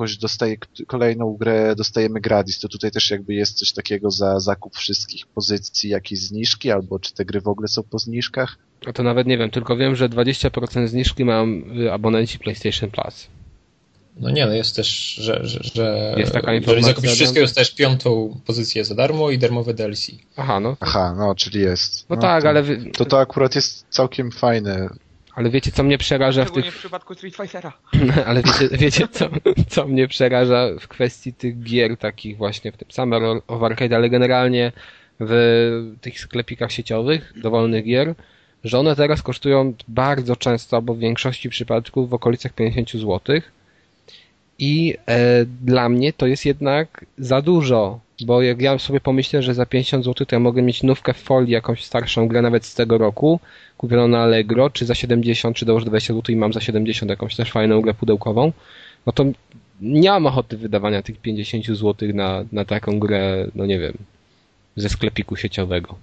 grę dostajemy gratis. To tutaj też jakby jest coś takiego za zakup wszystkich pozycji, jakieś zniżki, albo czy te gry w ogóle są po zniżkach? A to nawet nie wiem, tylko wiem, że 20% zniżki mają abonenci PlayStation Plus. No nie, no jest też, że jest taka informacja, jeżeli zakupisz wszystkiego, dostajesz 5. pozycję za darmo i darmowe DLC. Aha, czyli jest. No tak, ale... To akurat jest całkiem fajne. Ale wiecie, co mnie przeraża w przypadku Street Fightera. Ale wiecie co mnie przeraża w kwestii tych gier takich właśnie w tym Summer of Arcade, ale generalnie w tych sklepikach sieciowych, dowolnych gier, że one teraz kosztują bardzo często, albo w większości przypadków w okolicach 50 zł. I dla mnie to jest jednak za dużo, bo jak ja sobie pomyślę, że za 50 zł to ja mogę mieć nówkę w folii, jakąś starszą grę nawet z tego roku, kupioną na Allegro, czy za 70, czy dołożę 20 zł i mam za 70 jakąś też fajną grę pudełkową, no to nie mam ochoty wydawania tych 50 zł na taką grę, no nie wiem, ze sklepiku sieciowego.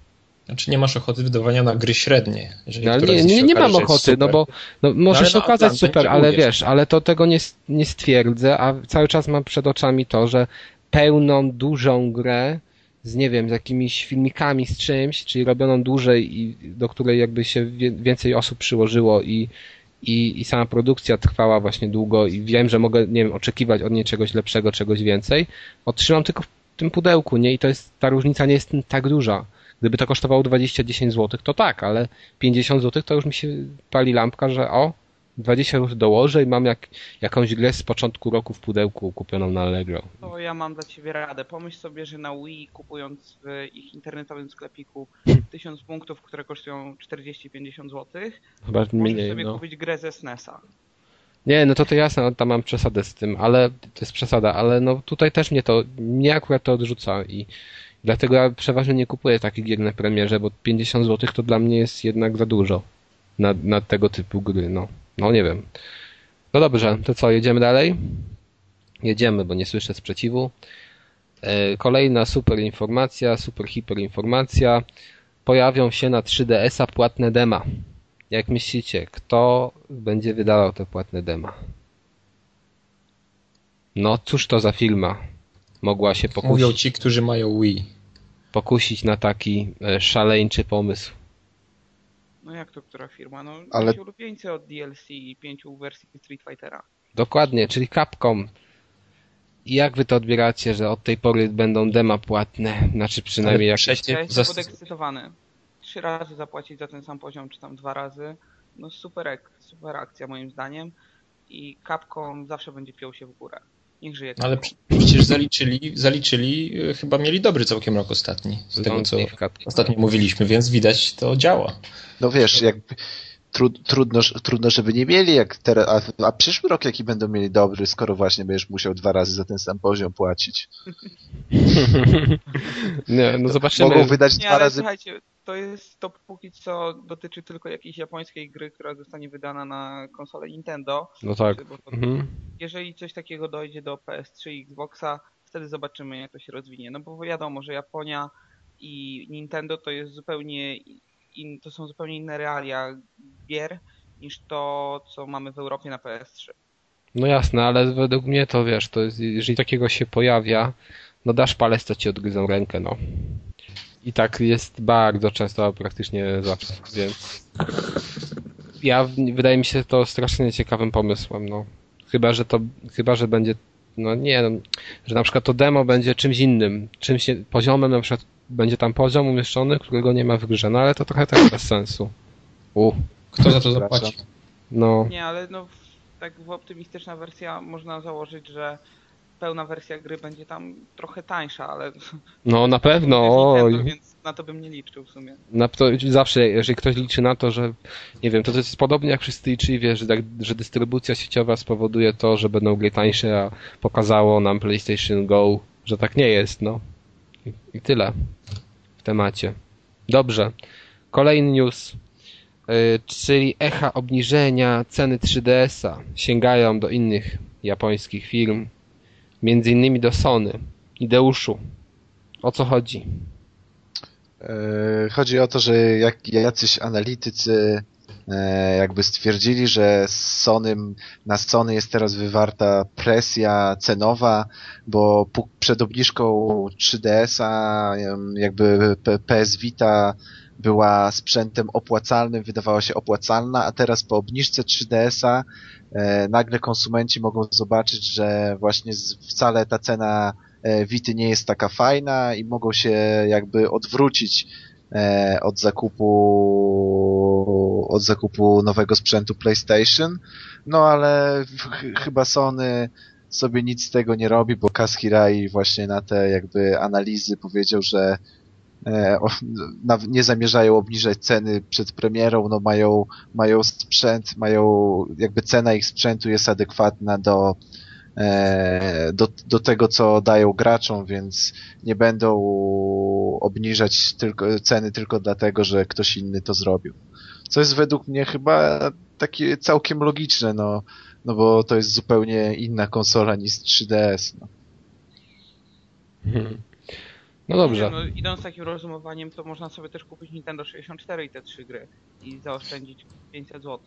Znaczy nie masz ochoty wydawania na gry średnie. No, ale nie mam ochoty, no bo może się okazać super, ale wiesz, ale to tego nie stwierdzę, a cały czas mam przed oczami to, że pełną, dużą grę z, nie wiem, z jakimiś filmikami, z czymś, czyli robioną dłużej i do której jakby się więcej osób przyłożyło i sama produkcja trwała właśnie długo i wiem, że mogę, nie wiem, oczekiwać od niej czegoś lepszego, czegoś więcej, otrzymam tylko w tym pudełku, nie? I ta różnica nie jest tak duża. Gdyby to kosztowało 20-10 zł, to tak, ale 50 zł to już mi się pali lampka, że 20 zł dołożę i mam jakąś grę z początku roku w pudełku kupioną na Allegro. To ja mam dla ciebie radę. Pomyśl sobie, że na Wii kupując w ich internetowym sklepiku 1000 punktów, które kosztują 40-50 zł, chyba możesz mniej, sobie kupić grę ze SNES-a. Nie, no to jasne, tam mam przesadę z tym, ale to jest przesada, ale no tutaj też mnie akurat to odrzuca i dlatego ja przeważnie nie kupuję takich gier na premierze, bo 50 zł to dla mnie jest jednak za dużo na tego typu gry, no nie wiem. No dobrze, to co, jedziemy dalej? Jedziemy, bo nie słyszę sprzeciwu. Kolejna super hiper informacja. Pojawią się na 3DS-a płatne dema. Jak myślicie, kto będzie wydawał te płatne dema? No cóż to za firma mogła się pokusić? Mówią ci, którzy mają Wii. Pokusić na taki szaleńczy pomysł. No jak to która firma? No Ale... nasi ulubieńcy od DLC i 5 wersji Street Fightera. Dokładnie, czyli Capcom. I jak wy to odbieracie, że od tej pory będą dema płatne? Znaczy przynajmniej jakieś... Ja jestem podekscytowany. 3 razy zapłacić za ten sam poziom, czy tam 2 razy. No super akcja moim zdaniem. I Capcom zawsze będzie piął się w górę. Niech żyje Capcom. Ale przecież zaliczyli, chyba mieli dobry całkiem rok ostatni, z tego co ostatnio mówiliśmy, więc widać to działa. No wiesz, jakby trudno, żeby nie mieli, jak teraz, a przyszły rok jaki będą mieli dobry, skoro właśnie będziesz musiał 2 razy za ten sam poziom płacić. Nie, no zobaczymy. Mogą wydać 2 razy. Słuchajcie, to póki co dotyczy tylko jakiejś japońskiej gry, która zostanie wydana na konsolę Nintendo. No tak. Jeżeli coś takiego dojdzie do PS3 i Xboxa, wtedy zobaczymy, jak to się rozwinie. No bo wiadomo, że Japonia i Nintendo to jest to są zupełnie inne realia gier niż to, co mamy w Europie na PS3. No jasne, ale według mnie to wiesz, to jest, jeżeli takiego się pojawia, no dasz palec, to ci odgryzą rękę, no. I tak jest bardzo często, praktycznie zawsze, więc wydaje mi się to strasznie ciekawym pomysłem, no. Chyba, że będzie, że na przykład to demo będzie czymś innym, poziomem, na przykład będzie tam poziom umieszczony, którego nie ma w grze, no ale to trochę tak bez sensu. Kto za to zapłaci? No. Nie, ale tak optymistyczna wersja można założyć, że pełna wersja gry będzie tam trochę tańsza, ale... No na pewno, Nintendo, więc na to bym nie liczył w sumie. Zawsze, jeżeli ktoś liczy na to, że nie wiem, to jest podobnie jak wszyscy liczyli, wiesz, że dystrybucja sieciowa spowoduje to, że będą gry tańsze, a pokazało nam PlayStation Go, że tak nie jest, no. I tyle w temacie. Dobrze. Kolejny news, czyli echa obniżenia ceny 3DS-a sięgają do innych japońskich firm, między innymi do Sony. Ideuszu, o co chodzi? Chodzi o to, że jacyś analitycy jakby stwierdzili, że na Sony jest teraz wywarta presja cenowa, bo przed obniżką 3DS-a jakby PS Vita była sprzętem opłacalnym, wydawała się opłacalna, a teraz po obniżce 3DS-a nagle konsumenci mogą zobaczyć, że właśnie wcale ta cena Vity nie jest taka fajna i mogą się jakby odwrócić od zakupu nowego sprzętu PlayStation. No ale chyba Sony sobie nic z tego nie robi, bo Kaz Hirai właśnie na te jakby analizy powiedział, że nie zamierzają obniżać ceny przed premierą, no mają sprzęt, jakby cena ich sprzętu jest adekwatna do tego, co dają graczom, więc nie będą obniżać ceny tylko dlatego, że ktoś inny to zrobił. Co jest według mnie chyba takie całkiem logiczne, no bo to jest zupełnie inna konsola niż 3DS. No. No dobrze. No, idąc takim rozumowaniem, to można sobie też kupić Nintendo 64 i te 3 gry i zaoszczędzić 500 zł.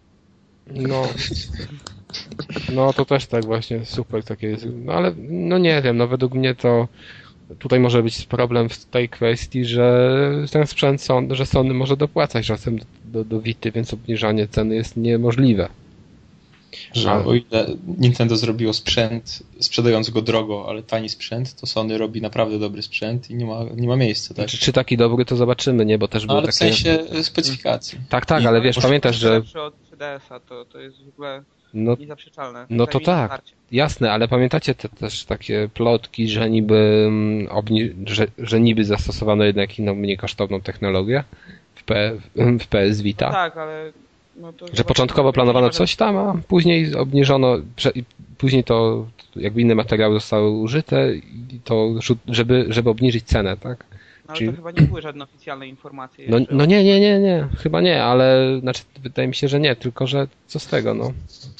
No to też tak właśnie, super takie jest. No ale, no nie wiem, no według mnie to tutaj może być problem w tej kwestii, że ten sprzęt że Sony może dopłacać czasem do Vity, więc obniżanie ceny jest niemożliwe. Że o ile Nintendo zrobiło sprzęt, sprzedając go drogo, ale tani sprzęt, to Sony robi naprawdę dobry sprzęt i nie ma miejsca. Tak? Czy taki dobry, to zobaczymy, nie? Bo też było ale takie... w sensie specyfikacji. Tak, ale wiesz, pamiętasz, że... Lepszy od 3DS-a, to jest w ogóle niezaprzeczalne. No to tak, jasne, ale pamiętacie też takie plotki, że niby że niby zastosowano jednak inną, mniej kosztowną technologię w PS Vita? No tak, ale... No to że początkowo planowano coś tam, a później obniżono, później to jakby inne materiały zostały użyte i to, żeby obniżyć cenę, tak? Ale to chyba nie były żadne oficjalne informacje. No nie, chyba nie, ale znaczy wydaje mi się, że nie, tylko że co z tego, no.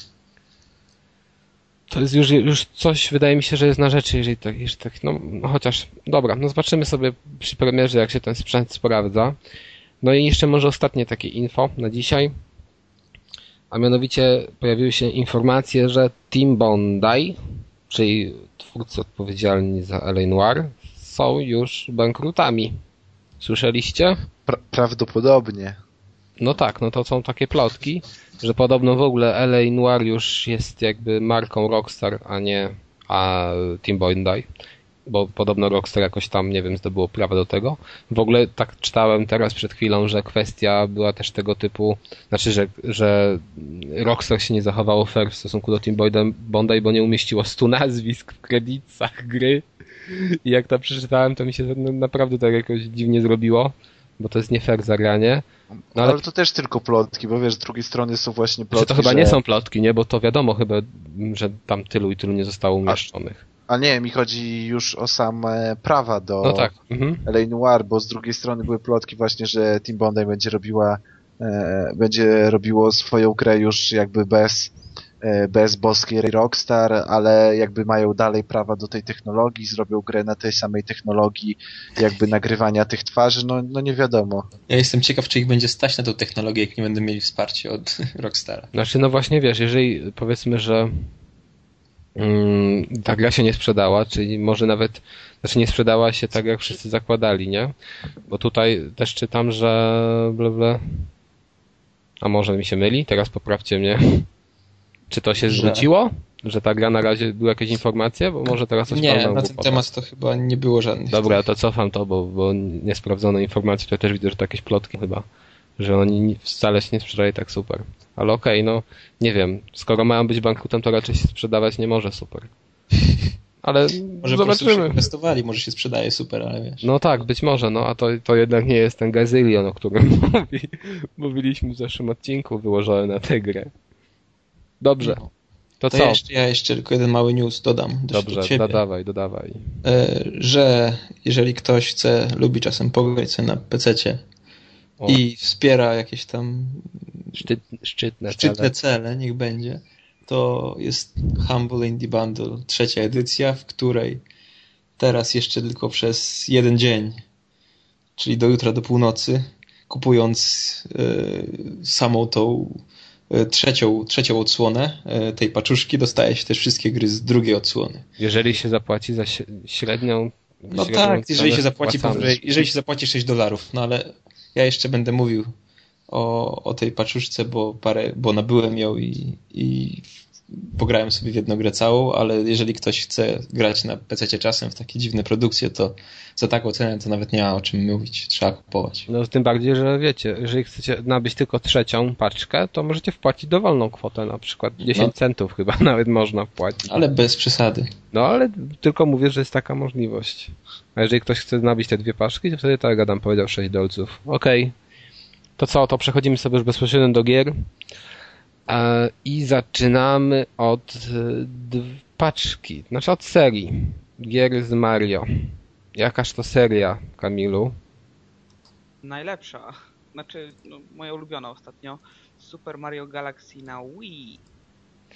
To jest już coś, wydaje mi się, że jest na rzeczy, jeżeli tak, no chociaż, dobra, no zobaczymy sobie przy premierze, jak się ten sprzęt sprawdza. No i jeszcze może ostatnie takie info na dzisiaj. A mianowicie pojawiły się informacje, że Team Bondi, czyli twórcy odpowiedzialni za L.A. Noire, są już bankrutami. Słyszeliście? Prawdopodobnie. No tak, no to są takie plotki, że podobno w ogóle L.A. Noire już jest jakby marką Rockstar, a Team Bondi. Bo podobno Rockstar jakoś tam, nie wiem, zdobyło prawo do tego. W ogóle tak czytałem teraz przed chwilą, że kwestia była też tego typu, znaczy, że Rockstar się nie zachowało fair w stosunku do Team Bondi, bo nie umieściło 100 nazwisk w kredytach gry. I jak to przeczytałem, to mi się naprawdę tak jakoś dziwnie zrobiło, bo to jest nie fair zagranie. No, ale to też tylko plotki, bo wiesz, z drugiej strony są właśnie plotki, to chyba nie są plotki, nie? Bo to wiadomo chyba, że tam tylu i tylu nie zostało umieszczonych. A nie, mi chodzi już o same prawa do L.A. Noire, bo z drugiej strony były plotki właśnie, że Team Bondi będzie robiło swoją grę już jakby bez boskiej Rockstar, ale jakby mają dalej prawa do tej technologii, zrobią grę na tej samej technologii jakby nagrywania tych twarzy, no nie wiadomo. Ja jestem ciekaw, czy ich będzie stać na tą technologię, jak nie będą mieli wsparcia od Rockstara. Znaczy, no właśnie wiesz, jeżeli powiedzmy, że ta gra się nie sprzedała, czyli może nawet, znaczy nie sprzedała się tak, jak wszyscy zakładali, nie? Bo tutaj też czytam, że a może mi się myli? Teraz poprawcie mnie. Czy to się zwróciło? Że ta gra na razie były jakieś informacje? Bo może teraz coś nie, na ten temat to chyba nie było żadnych. Dobra, to cofam to, bo nie sprawdzono informacji, to też widzę, że to jakieś plotki chyba, że oni wcale się nie sprzedaje tak super. Ale okej, no nie wiem, skoro mają być bankrutem, to raczej się sprzedawać nie może super. Ale może zobaczymy. Może inwestowali, może się sprzedaje super, ale wiesz. No tak, być może, no a to jednak nie jest ten gazylion, o którym mówiliśmy w zeszłym odcinku, wyłożony na tę grę. Dobrze. No. To co? Ja jeszcze tylko jeden mały news dodam. Dobrze, dodawaj. Że jeżeli ktoś lubi czasem pograć sobie na PC-cie i wspiera jakieś tam szczytne cele, niech będzie, to jest Humble Indie Bundle, 3. edycja, w której teraz jeszcze tylko przez jeden dzień, czyli do jutra do północy, kupując samą tą trzecią odsłonę tej paczuszki, dostaje się też wszystkie gry z drugiej odsłony. Jeżeli się zapłaci za średnią... No tak, jeżeli się zapłaci $6, no ale ja jeszcze będę mówił o tej paczuszce, bo nabyłem ją i pograłem sobie w jedną grę całą, ale jeżeli ktoś chce grać na PC-cie czasem w takie dziwne produkcje, to za taką cenę to nawet nie ma o czym mówić, trzeba kupować. No tym bardziej, że wiecie, jeżeli chcecie nabyć tylko 3. paczkę, to możecie wpłacić dowolną kwotę, na przykład 10 centów chyba nawet można wpłacić. Ale bez przesady. No ale tylko mówię, że jest taka możliwość. A jeżeli ktoś chce nabyć te 2 paczki, to wtedy tak Adam powiedział $6. Okej. To co, to przechodzimy sobie już bezpośrednio do gier. I zaczynamy od paczki, znaczy od serii gier z Mario. Jakaż to seria, Kamilu? Najlepsza. Znaczy, moja ulubiona ostatnio. Super Mario Galaxy na Wii.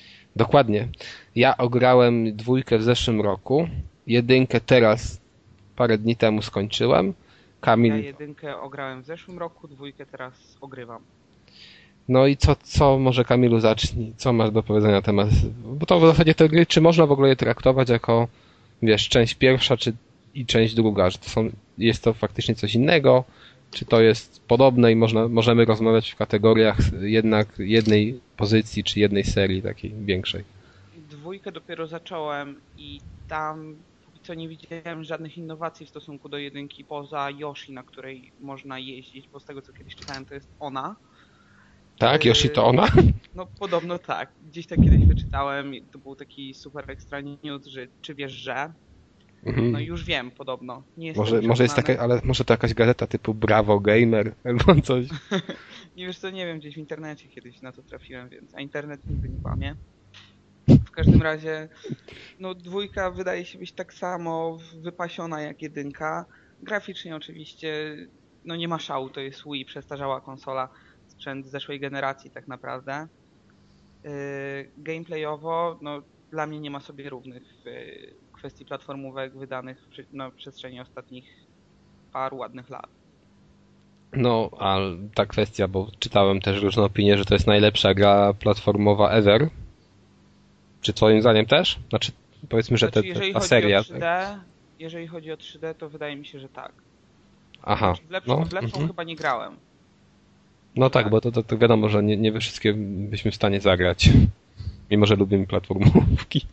Dokładnie. Ja ograłem 2 w zeszłym roku, 1 teraz parę dni temu skończyłem. Kamil... Ja 1 ograłem w zeszłym roku, 2 teraz ogrywam. No i co może Kamilu zacznij? Co masz do powiedzenia na temat? Bo to w zasadzie te gry, czy można w ogóle je traktować jako, wiesz, część pierwsza i część druga? Że jest to faktycznie coś innego? Czy to jest podobne i możemy rozmawiać w kategoriach jednak jednej pozycji, czy jednej serii takiej większej? 2 dopiero zacząłem i tam póki co nie widziałem żadnych innowacji w stosunku do 1 poza Yoshi, na której można jeździć, bo z tego co kiedyś czytałem to jest ona. Tak? Yoshi to ona? No podobno tak. Gdzieś tak kiedyś wyczytałem i to był taki super ekstra news, że czy wiesz, że... No już wiem, podobno. Nie może jest taka, ale może to jakaś gazeta typu Bravo Gamer albo coś. Nie wiesz co, nie wiem, gdzieś w internecie kiedyś na to trafiłem, więc a internet nigdy nie kłamie. W każdym razie, no 2 wydaje się być tak samo wypasiona jak 1. Graficznie oczywiście, no nie ma szału, to jest Wii, przestarzała konsola, sprzęt z zeszłej generacji tak naprawdę. Gameplayowo, no dla mnie nie ma sobie równych w kwestii platformówek wydanych na przestrzeni ostatnich paru ładnych lat. No, a ta kwestia, bo czytałem też różne opinie, że to jest najlepsza gra platformowa ever. Czy twoim zdaniem też? Znaczy, powiedzmy, że ta seria... Jeżeli chodzi o 3D, to wydaje mi się, że tak. Aha. Znaczy, w lepszą chyba nie grałem. No tak, bo to wiadomo, że nie we wszystkie byśmy w stanie zagrać. Mimo, że lubimy platformówki.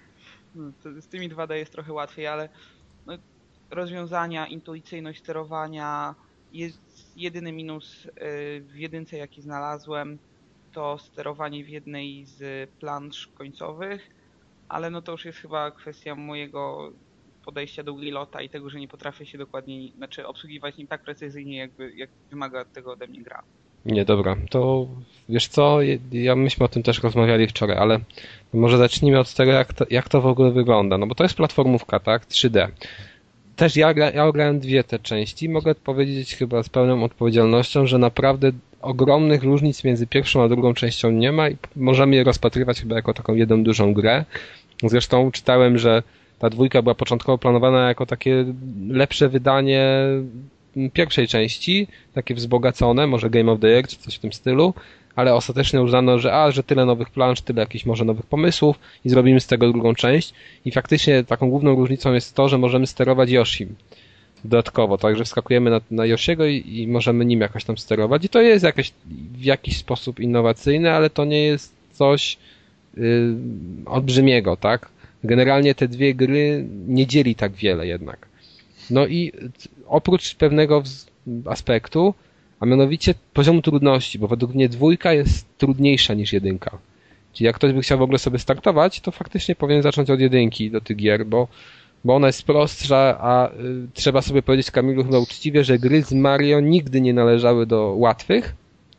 Z tymi 2D jest trochę łatwiej, ale no, rozwiązania, intuicyjność sterowania jest jedyny minus w 1, jaki znalazłem, to sterowanie w jednej z plansz końcowych, ale no to już jest chyba kwestia mojego podejścia do Willota i tego, że nie potrafię się dokładnie, obsługiwać nim tak precyzyjnie, jak wymaga tego ode mnie gra. Nie, dobra, to wiesz co, myśmy o tym też rozmawiali wczoraj, ale może zacznijmy od tego, jak to w ogóle wygląda, no bo to jest platformówka, tak, 3D. Też ja ograłem 2 te części, mogę powiedzieć chyba z pełną odpowiedzialnością, że naprawdę ogromnych różnic między pierwszą a drugą częścią nie ma i możemy je rozpatrywać chyba jako taką jedną dużą grę. Zresztą czytałem, że ta 2 była początkowo planowana jako takie lepsze wydanie pierwszej części, takie wzbogacone, może Game of the Year czy coś w tym stylu, ale ostatecznie uznano, że tyle nowych plansz, tyle jakichś może nowych pomysłów i zrobimy z tego drugą część. I faktycznie taką główną różnicą jest to, że możemy sterować Yoshim dodatkowo, także wskakujemy na Yoshiego i możemy nim jakoś tam sterować i to jest w jakiś sposób innowacyjne, ale to nie jest coś olbrzymiego, tak? Generalnie te 2 gry nie dzieli tak wiele jednak. No i oprócz pewnego aspektu, a mianowicie poziomu trudności, bo według mnie 2 jest trudniejsza niż 1. Czyli jak ktoś by chciał w ogóle sobie startować, to faktycznie powinien zacząć od 1 do tych gier, bo ona jest prostsza, a trzeba sobie powiedzieć, Kamilu, chyba uczciwie, że gry z Mario nigdy nie należały do łatwych,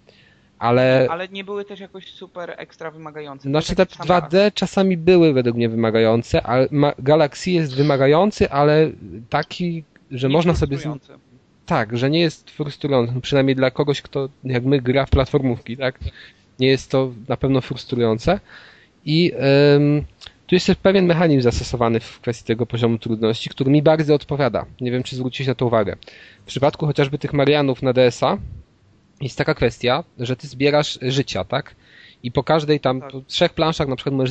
ale nie były też jakoś super ekstra wymagające. Znaczy te 2D czasami były według mnie wymagające, ale Galaxy jest wymagający, ale taki, że można sobie... Tak, że nie jest frustrujący, przynajmniej dla kogoś, kto jak my gra w platformówki, tak? Nie jest to na pewno frustrujące i tu jest też pewien mechanizm zastosowany w kwestii tego poziomu trudności, który mi bardzo odpowiada. Nie wiem, czy zwróciłeś na to uwagę. W przypadku chociażby tych Marianów na DS-a jest taka kwestia, że ty zbierasz życia, tak? I po każdej tam po 3 planszach na przykład możesz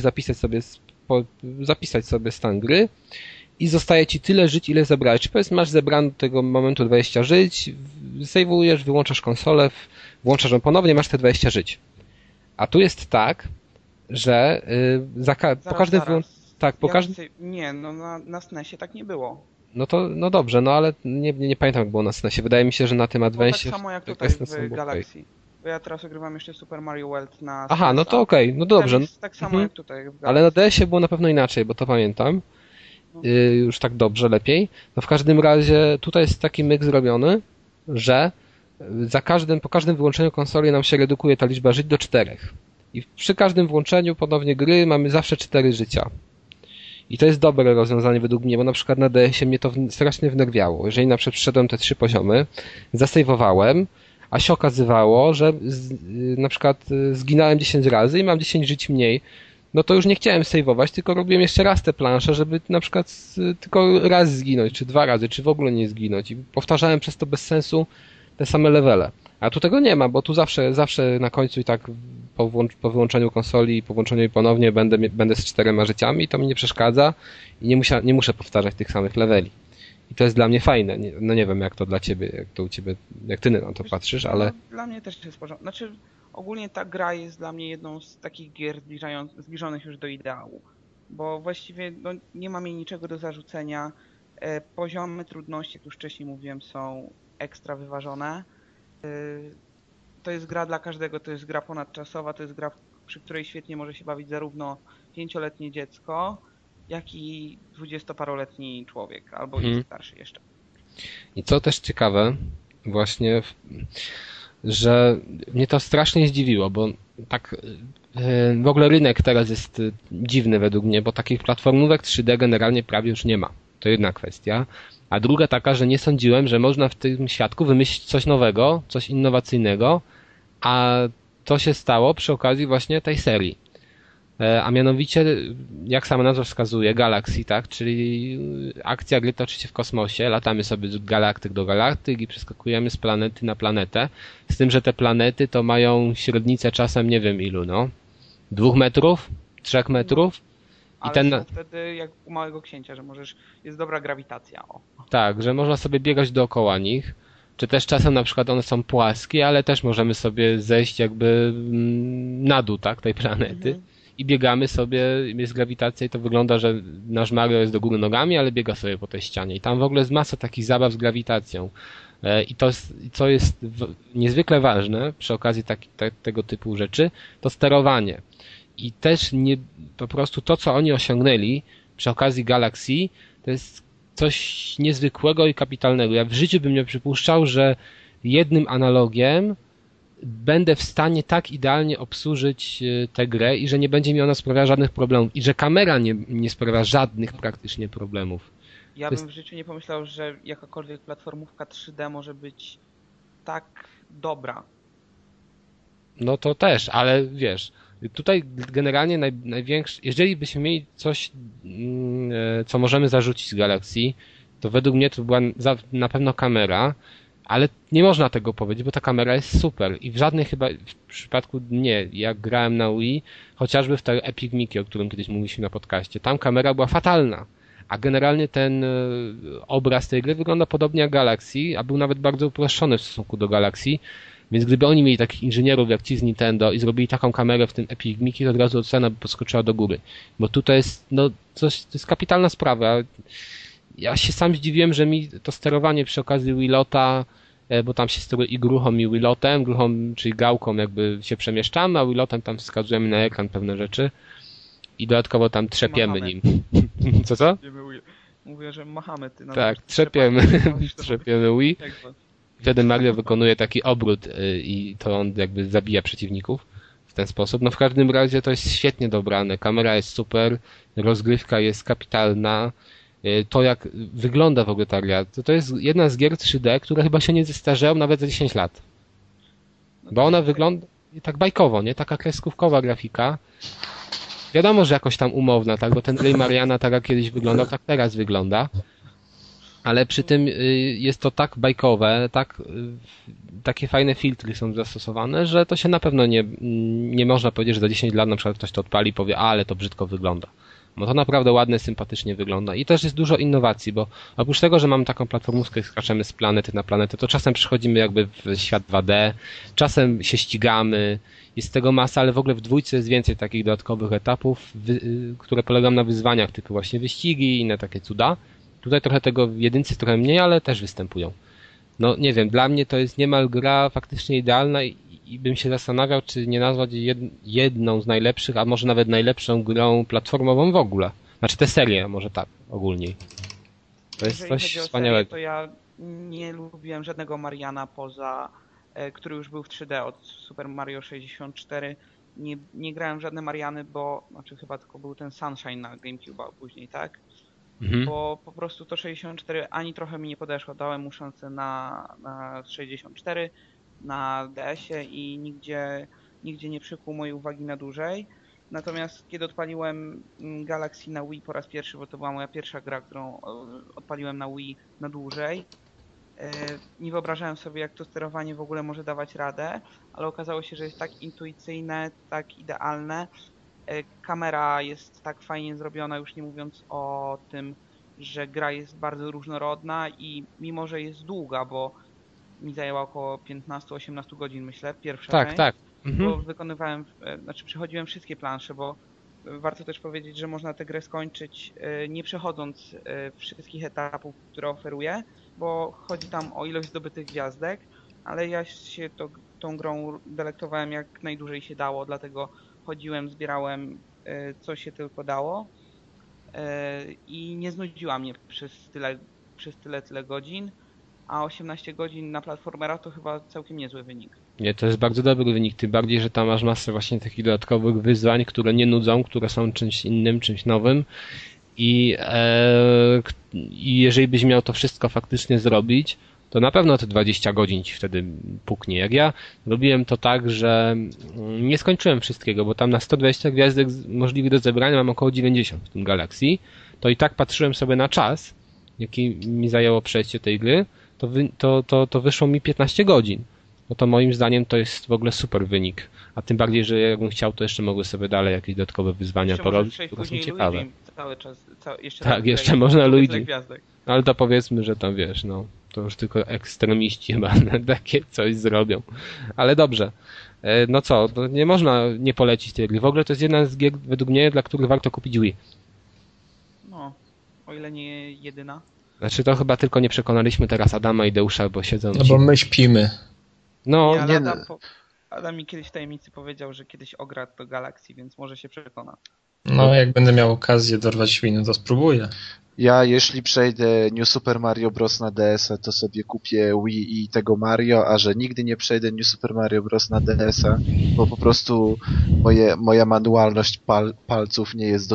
zapisać sobie stan gry i zostaje ci tyle żyć, ile zebrałeś. Czy powiedzmy masz zebrane do tego momentu 20 żyć, sejwujesz, wyłączasz konsolę, włączasz ją ponownie, masz te 20 żyć. A tu jest tak, że po każdym... Tak, po każdym... Nie, no na SNESie tak nie było. No dobrze, no ale nie pamiętam jak było na SNESie. Wydaje mi się, że na tym Advance'ie... Tak samo jak tutaj w Galaxy. Okay. Bo ja teraz ogrywam jeszcze Super Mario World na SNES. Aha, no to okej, no dobrze. Tak samo jak tutaj w Galaxy. Ale na DS-ie było na pewno inaczej, bo to pamiętam. Już tak dobrze, lepiej. No w każdym razie tutaj jest taki myk zrobiony, że po każdym wyłączeniu konsoli nam się redukuje ta liczba żyć do 4. I przy każdym włączeniu ponownie gry mamy zawsze 4 życia. I to jest dobre rozwiązanie według mnie, bo na przykład na DS-ie mnie to strasznie wnerwiało. Jeżeli na przykład przeszedłem te 3 poziomy, zasejwowałem, a się okazywało, że na przykład zginąłem 10 razy i mam 10 żyć mniej, no to już nie chciałem save'ować, tylko robiłem jeszcze raz te plansze, żeby na przykład tylko raz zginąć, czy 2 razy, czy w ogóle nie zginąć. I powtarzałem przez to bez sensu te same levele. A tu tego nie ma, bo tu zawsze na końcu i tak po wyłączeniu konsoli i po włączeniu jej ponownie będę z 4 życiami i to mi nie przeszkadza i nie muszę powtarzać tych samych leveli. I to jest dla mnie fajne. No nie wiem, jak to dla ciebie, jak to u ciebie, jak ty na to patrzysz, ale... No, dla mnie też jest w porządku. Znaczy, ogólnie ta gra jest dla mnie jedną z takich gier zbliżonych już do ideału. Bo właściwie no, nie mam jej niczego do zarzucenia. Poziomy trudności, jak już wcześniej mówiłem, są ekstra wyważone. To jest gra dla każdego, to jest gra ponadczasowa, to jest gra, przy której świetnie może się bawić zarówno 5-letnie dziecko, jak i 20-paroletni człowiek, albo i starszy jeszcze. I co też ciekawe, właśnie, że mnie to strasznie zdziwiło, bo tak w ogóle rynek teraz jest dziwny według mnie, bo takich platformówek 3D generalnie prawie już nie ma. To jedna kwestia. A druga taka, że nie sądziłem, że można w tym świadku wymyślić coś nowego, coś innowacyjnego, a to się stało przy okazji właśnie tej serii. A mianowicie, jak sama nazwa wskazuje, Galaxy, tak? Czyli akcja gry toczy się w kosmosie, latamy sobie z galaktyk do galaktyk i przeskakujemy z planety na planetę. Z tym, że te planety to mają średnicę czasem nie wiem ilu, no. 2 metrów? 3 metrów? Ale są wtedy jak u Małego Księcia, że jest dobra grawitacja. O. Tak, że można sobie biegać dookoła nich. Czy też czasem na przykład one są płaskie, ale też możemy sobie zejść jakby na dół, tak, tej planety. I biegamy sobie, jest grawitacja i to wygląda, że nasz Mario jest do góry nogami, ale biega sobie po tej ścianie. I tam w ogóle jest masa takich zabaw z grawitacją. I to, co jest niezwykle ważne przy okazji tego typu rzeczy, to sterowanie. I też po prostu to, co oni osiągnęli przy okazji Galaxy, to jest coś niezwykłego i kapitalnego. Ja w życiu bym nie przypuszczał, że jednym analogiem będę w stanie tak idealnie obsłużyć tę grę i że nie będzie mi ona sprawiała żadnych problemów i że kamera nie sprawia żadnych praktycznie problemów. Ja bym w życiu nie pomyślał, że jakakolwiek platformówka 3D może być tak dobra. No to też, ale wiesz, tutaj generalnie największy, jeżeli byśmy mieli coś, co możemy zarzucić z Galaxy, to według mnie to była na pewno kamera, ale nie można tego powiedzieć, bo ta kamera jest super i w żadnej chyba w przypadku nie, jak grałem na Wii, chociażby w tej Epic Mickey, o którym kiedyś mówiliśmy na podcaście, tam kamera była fatalna, a generalnie ten obraz tej gry wygląda podobnie jak Galaxy, a był nawet bardzo uproszczony w stosunku do Galaxy, więc gdyby oni mieli takich inżynierów jak ci z Nintendo i zrobili taką kamerę w tym Epic Mickey, to od razu ocena by podskoczyła do góry, bo tutaj jest, no, to jest kapitalna sprawa. Ja się sam zdziwiłem, że mi to sterowanie przy okazji Wilota, bo tam się steruje i gruchą i Wilotem, gruchą, czyli gałką jakby się przemieszczamy, a Wilotem tam wskazujemy na ekran pewne rzeczy i dodatkowo tam trzepiemy nim. Co? Mówię, że machamy. Ty tak, trzepiemy Wii. Wtedy Mario wykonuje taki obrót i to on jakby zabija przeciwników w ten sposób. No w każdym razie to jest świetnie dobrane, kamera jest super, rozgrywka jest kapitalna. To jak wygląda w ogóle ta gra, to jest jedna z gier 3D, które chyba się nie zestarzeją nawet za 10 lat. Bo ona wygląda tak bajkowo, nie? Taka kreskówkowa grafika. Wiadomo, że jakoś tam umowna, tak? Bo ten Ray Mariana tak jak kiedyś wyglądał, tak teraz wygląda. Ale przy tym jest to tak bajkowe, takie fajne filtry są zastosowane, że to się na pewno nie można powiedzieć, że za 10 lat na przykład ktoś to odpali i powie, ale to brzydko wygląda. Bo to naprawdę ładnie, sympatycznie wygląda. I też jest dużo innowacji, bo oprócz tego, że mamy taką platformówkę i skaczemy z planety na planetę, to czasem przychodzimy jakby w świat 2D, czasem się ścigamy, jest tego masa, ale w ogóle w dwójce jest więcej takich dodatkowych etapów, które polegają na wyzwaniach typu właśnie wyścigi i inne takie cuda. Tutaj trochę tego w jedynce trochę mniej, ale też występują. No nie wiem, dla mnie to jest niemal gra faktycznie idealna i bym się zastanawiał, czy nie nazwać jedną z najlepszych, a może nawet najlepszą grą platformową w ogóle. Znaczy tę serię, może tak, ogólniej. To jest Jeżeli coś wspaniałego. Serię, to ja nie lubiłem żadnego Mariana poza, który już był w 3D od Super Mario 64. Nie grałem w żadne Mariany, bo, znaczy chyba tylko był ten Sunshine na GameCube później, tak? Bo po prostu to 64 ani trochę mi nie podeszło. Dałem mu szansę na 64, na DS-ie i nigdzie nie przykuł mojej uwagi na dłużej. Natomiast kiedy odpaliłem Galaxy na Wii po raz pierwszy, bo to była moja pierwsza gra, którą odpaliłem na Wii na dłużej, nie wyobrażałem sobie, jak to sterowanie w ogóle może dawać radę, ale okazało się, że jest tak intuicyjne, tak idealne. Kamera jest tak fajnie zrobiona, już nie mówiąc o tym, że gra jest bardzo różnorodna i mimo, że jest długa, bo mi zajęła około 15-18 godzin, myślę, pierwsza część. Tak. Bo wykonywałem, przechodziłem wszystkie plansze, bo warto też powiedzieć, że można tę grę skończyć nie przechodząc wszystkich etapów, które oferuje, bo chodzi tam o ilość zdobytych gwiazdek, ale ja się tą grą delektowałem jak najdłużej się dało, dlatego chodziłem, zbierałem co się tylko dało i nie znudziła mnie przez tyle godzin, a 18 godzin na platformera to chyba całkiem niezły wynik. Nie, to jest bardzo dobry wynik, tym bardziej, że tam masz masę właśnie takich dodatkowych wyzwań, które nie nudzą, które są czymś innym, czymś nowym i jeżeli byś miał to wszystko faktycznie zrobić, to na pewno te 20 godzin ci wtedy puknie. Jak ja robiłem to tak, że nie skończyłem wszystkiego, bo tam na 120 gwiazdek możliwych do zebrania mam około 90 w tym Galaxy, to i tak patrzyłem sobie na czas, jaki mi zajęło przejście tej gry, to wyszło mi 15 godzin. No to moim zdaniem to jest w ogóle super wynik. A tym bardziej, że jakbym chciał, to jeszcze mogły sobie dalej jakieś dodatkowe wyzwania porobić, które są ciekawe. Cały czas, jeszcze można Luigi. No, ale to powiedzmy, że tam wiesz, no to już tylko ekstremiści chyba takie coś zrobią. Ale dobrze. No co, no nie można nie polecić tej gry. W ogóle to jest jedna z gier według mnie, dla których warto kupić Wii. No, o ile nie jedyna. Znaczy to chyba tylko nie przekonaliśmy teraz Adama i Deusza, bo siedzą... No bo my śpimy. No, nie... Adam mi kiedyś w tajemnicy powiedział, że kiedyś ogra do Galaxy, więc może się przekona. No, jak będę miał okazję dorwać świnu, to spróbuję. Ja, jeśli przejdę New Super Mario Bros. Na DS-a, to sobie kupię Wii i tego Mario, a że nigdy nie przejdę New Super Mario Bros. Na DS-a, bo po prostu moja manualność palców nie jest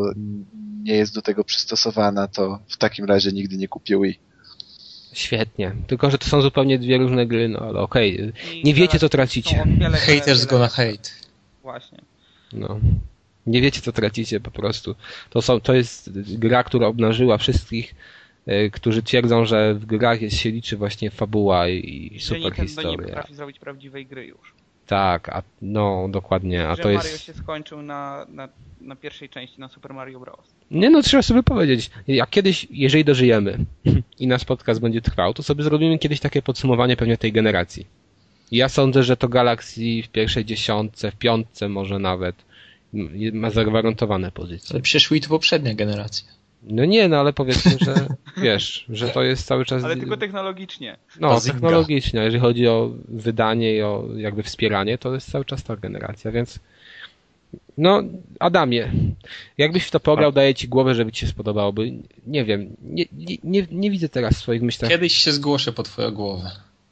do tego przystosowana, to w takim razie nigdy nie kupię Wii. Świetnie. Tylko, że to są zupełnie dwie różne gry, no ale okej. Nie wiecie, co tracicie. Haters gonna hate. Właśnie. No. Nie wiecie, co tracicie po prostu. To jest gra, która obnażyła wszystkich, którzy twierdzą, że w grach się liczy właśnie fabuła i super historia. Nie potrafi zrobić prawdziwej gry już. Tak, no dokładnie. Że Mario się skończył na pierwszej części, na Super Mario Bros. Nie no, trzeba sobie powiedzieć. Jak kiedyś, jeżeli dożyjemy i nasz podcast będzie trwał, to sobie zrobimy kiedyś takie podsumowanie pewnie tej generacji. Ja sądzę, że to Galaxy w pierwszej dziesiątce, w piątce może nawet ma zagwarantowane pozycje. Ale przecież Wii to poprzednia generacja. No nie, no ale powiedzmy, że wiesz, że to jest cały czas... Ale tylko technologicznie. No, technologicznie. Jeżeli chodzi o wydanie i o jakby wspieranie, to jest cały czas ta generacja, więc no, Adamie, jakbyś w to pograł, daję ci głowę, żeby ci się spodobało, bo nie wiem, nie widzę teraz w swoich myślach... Kiedyś się zgłoszę po twoją głowę.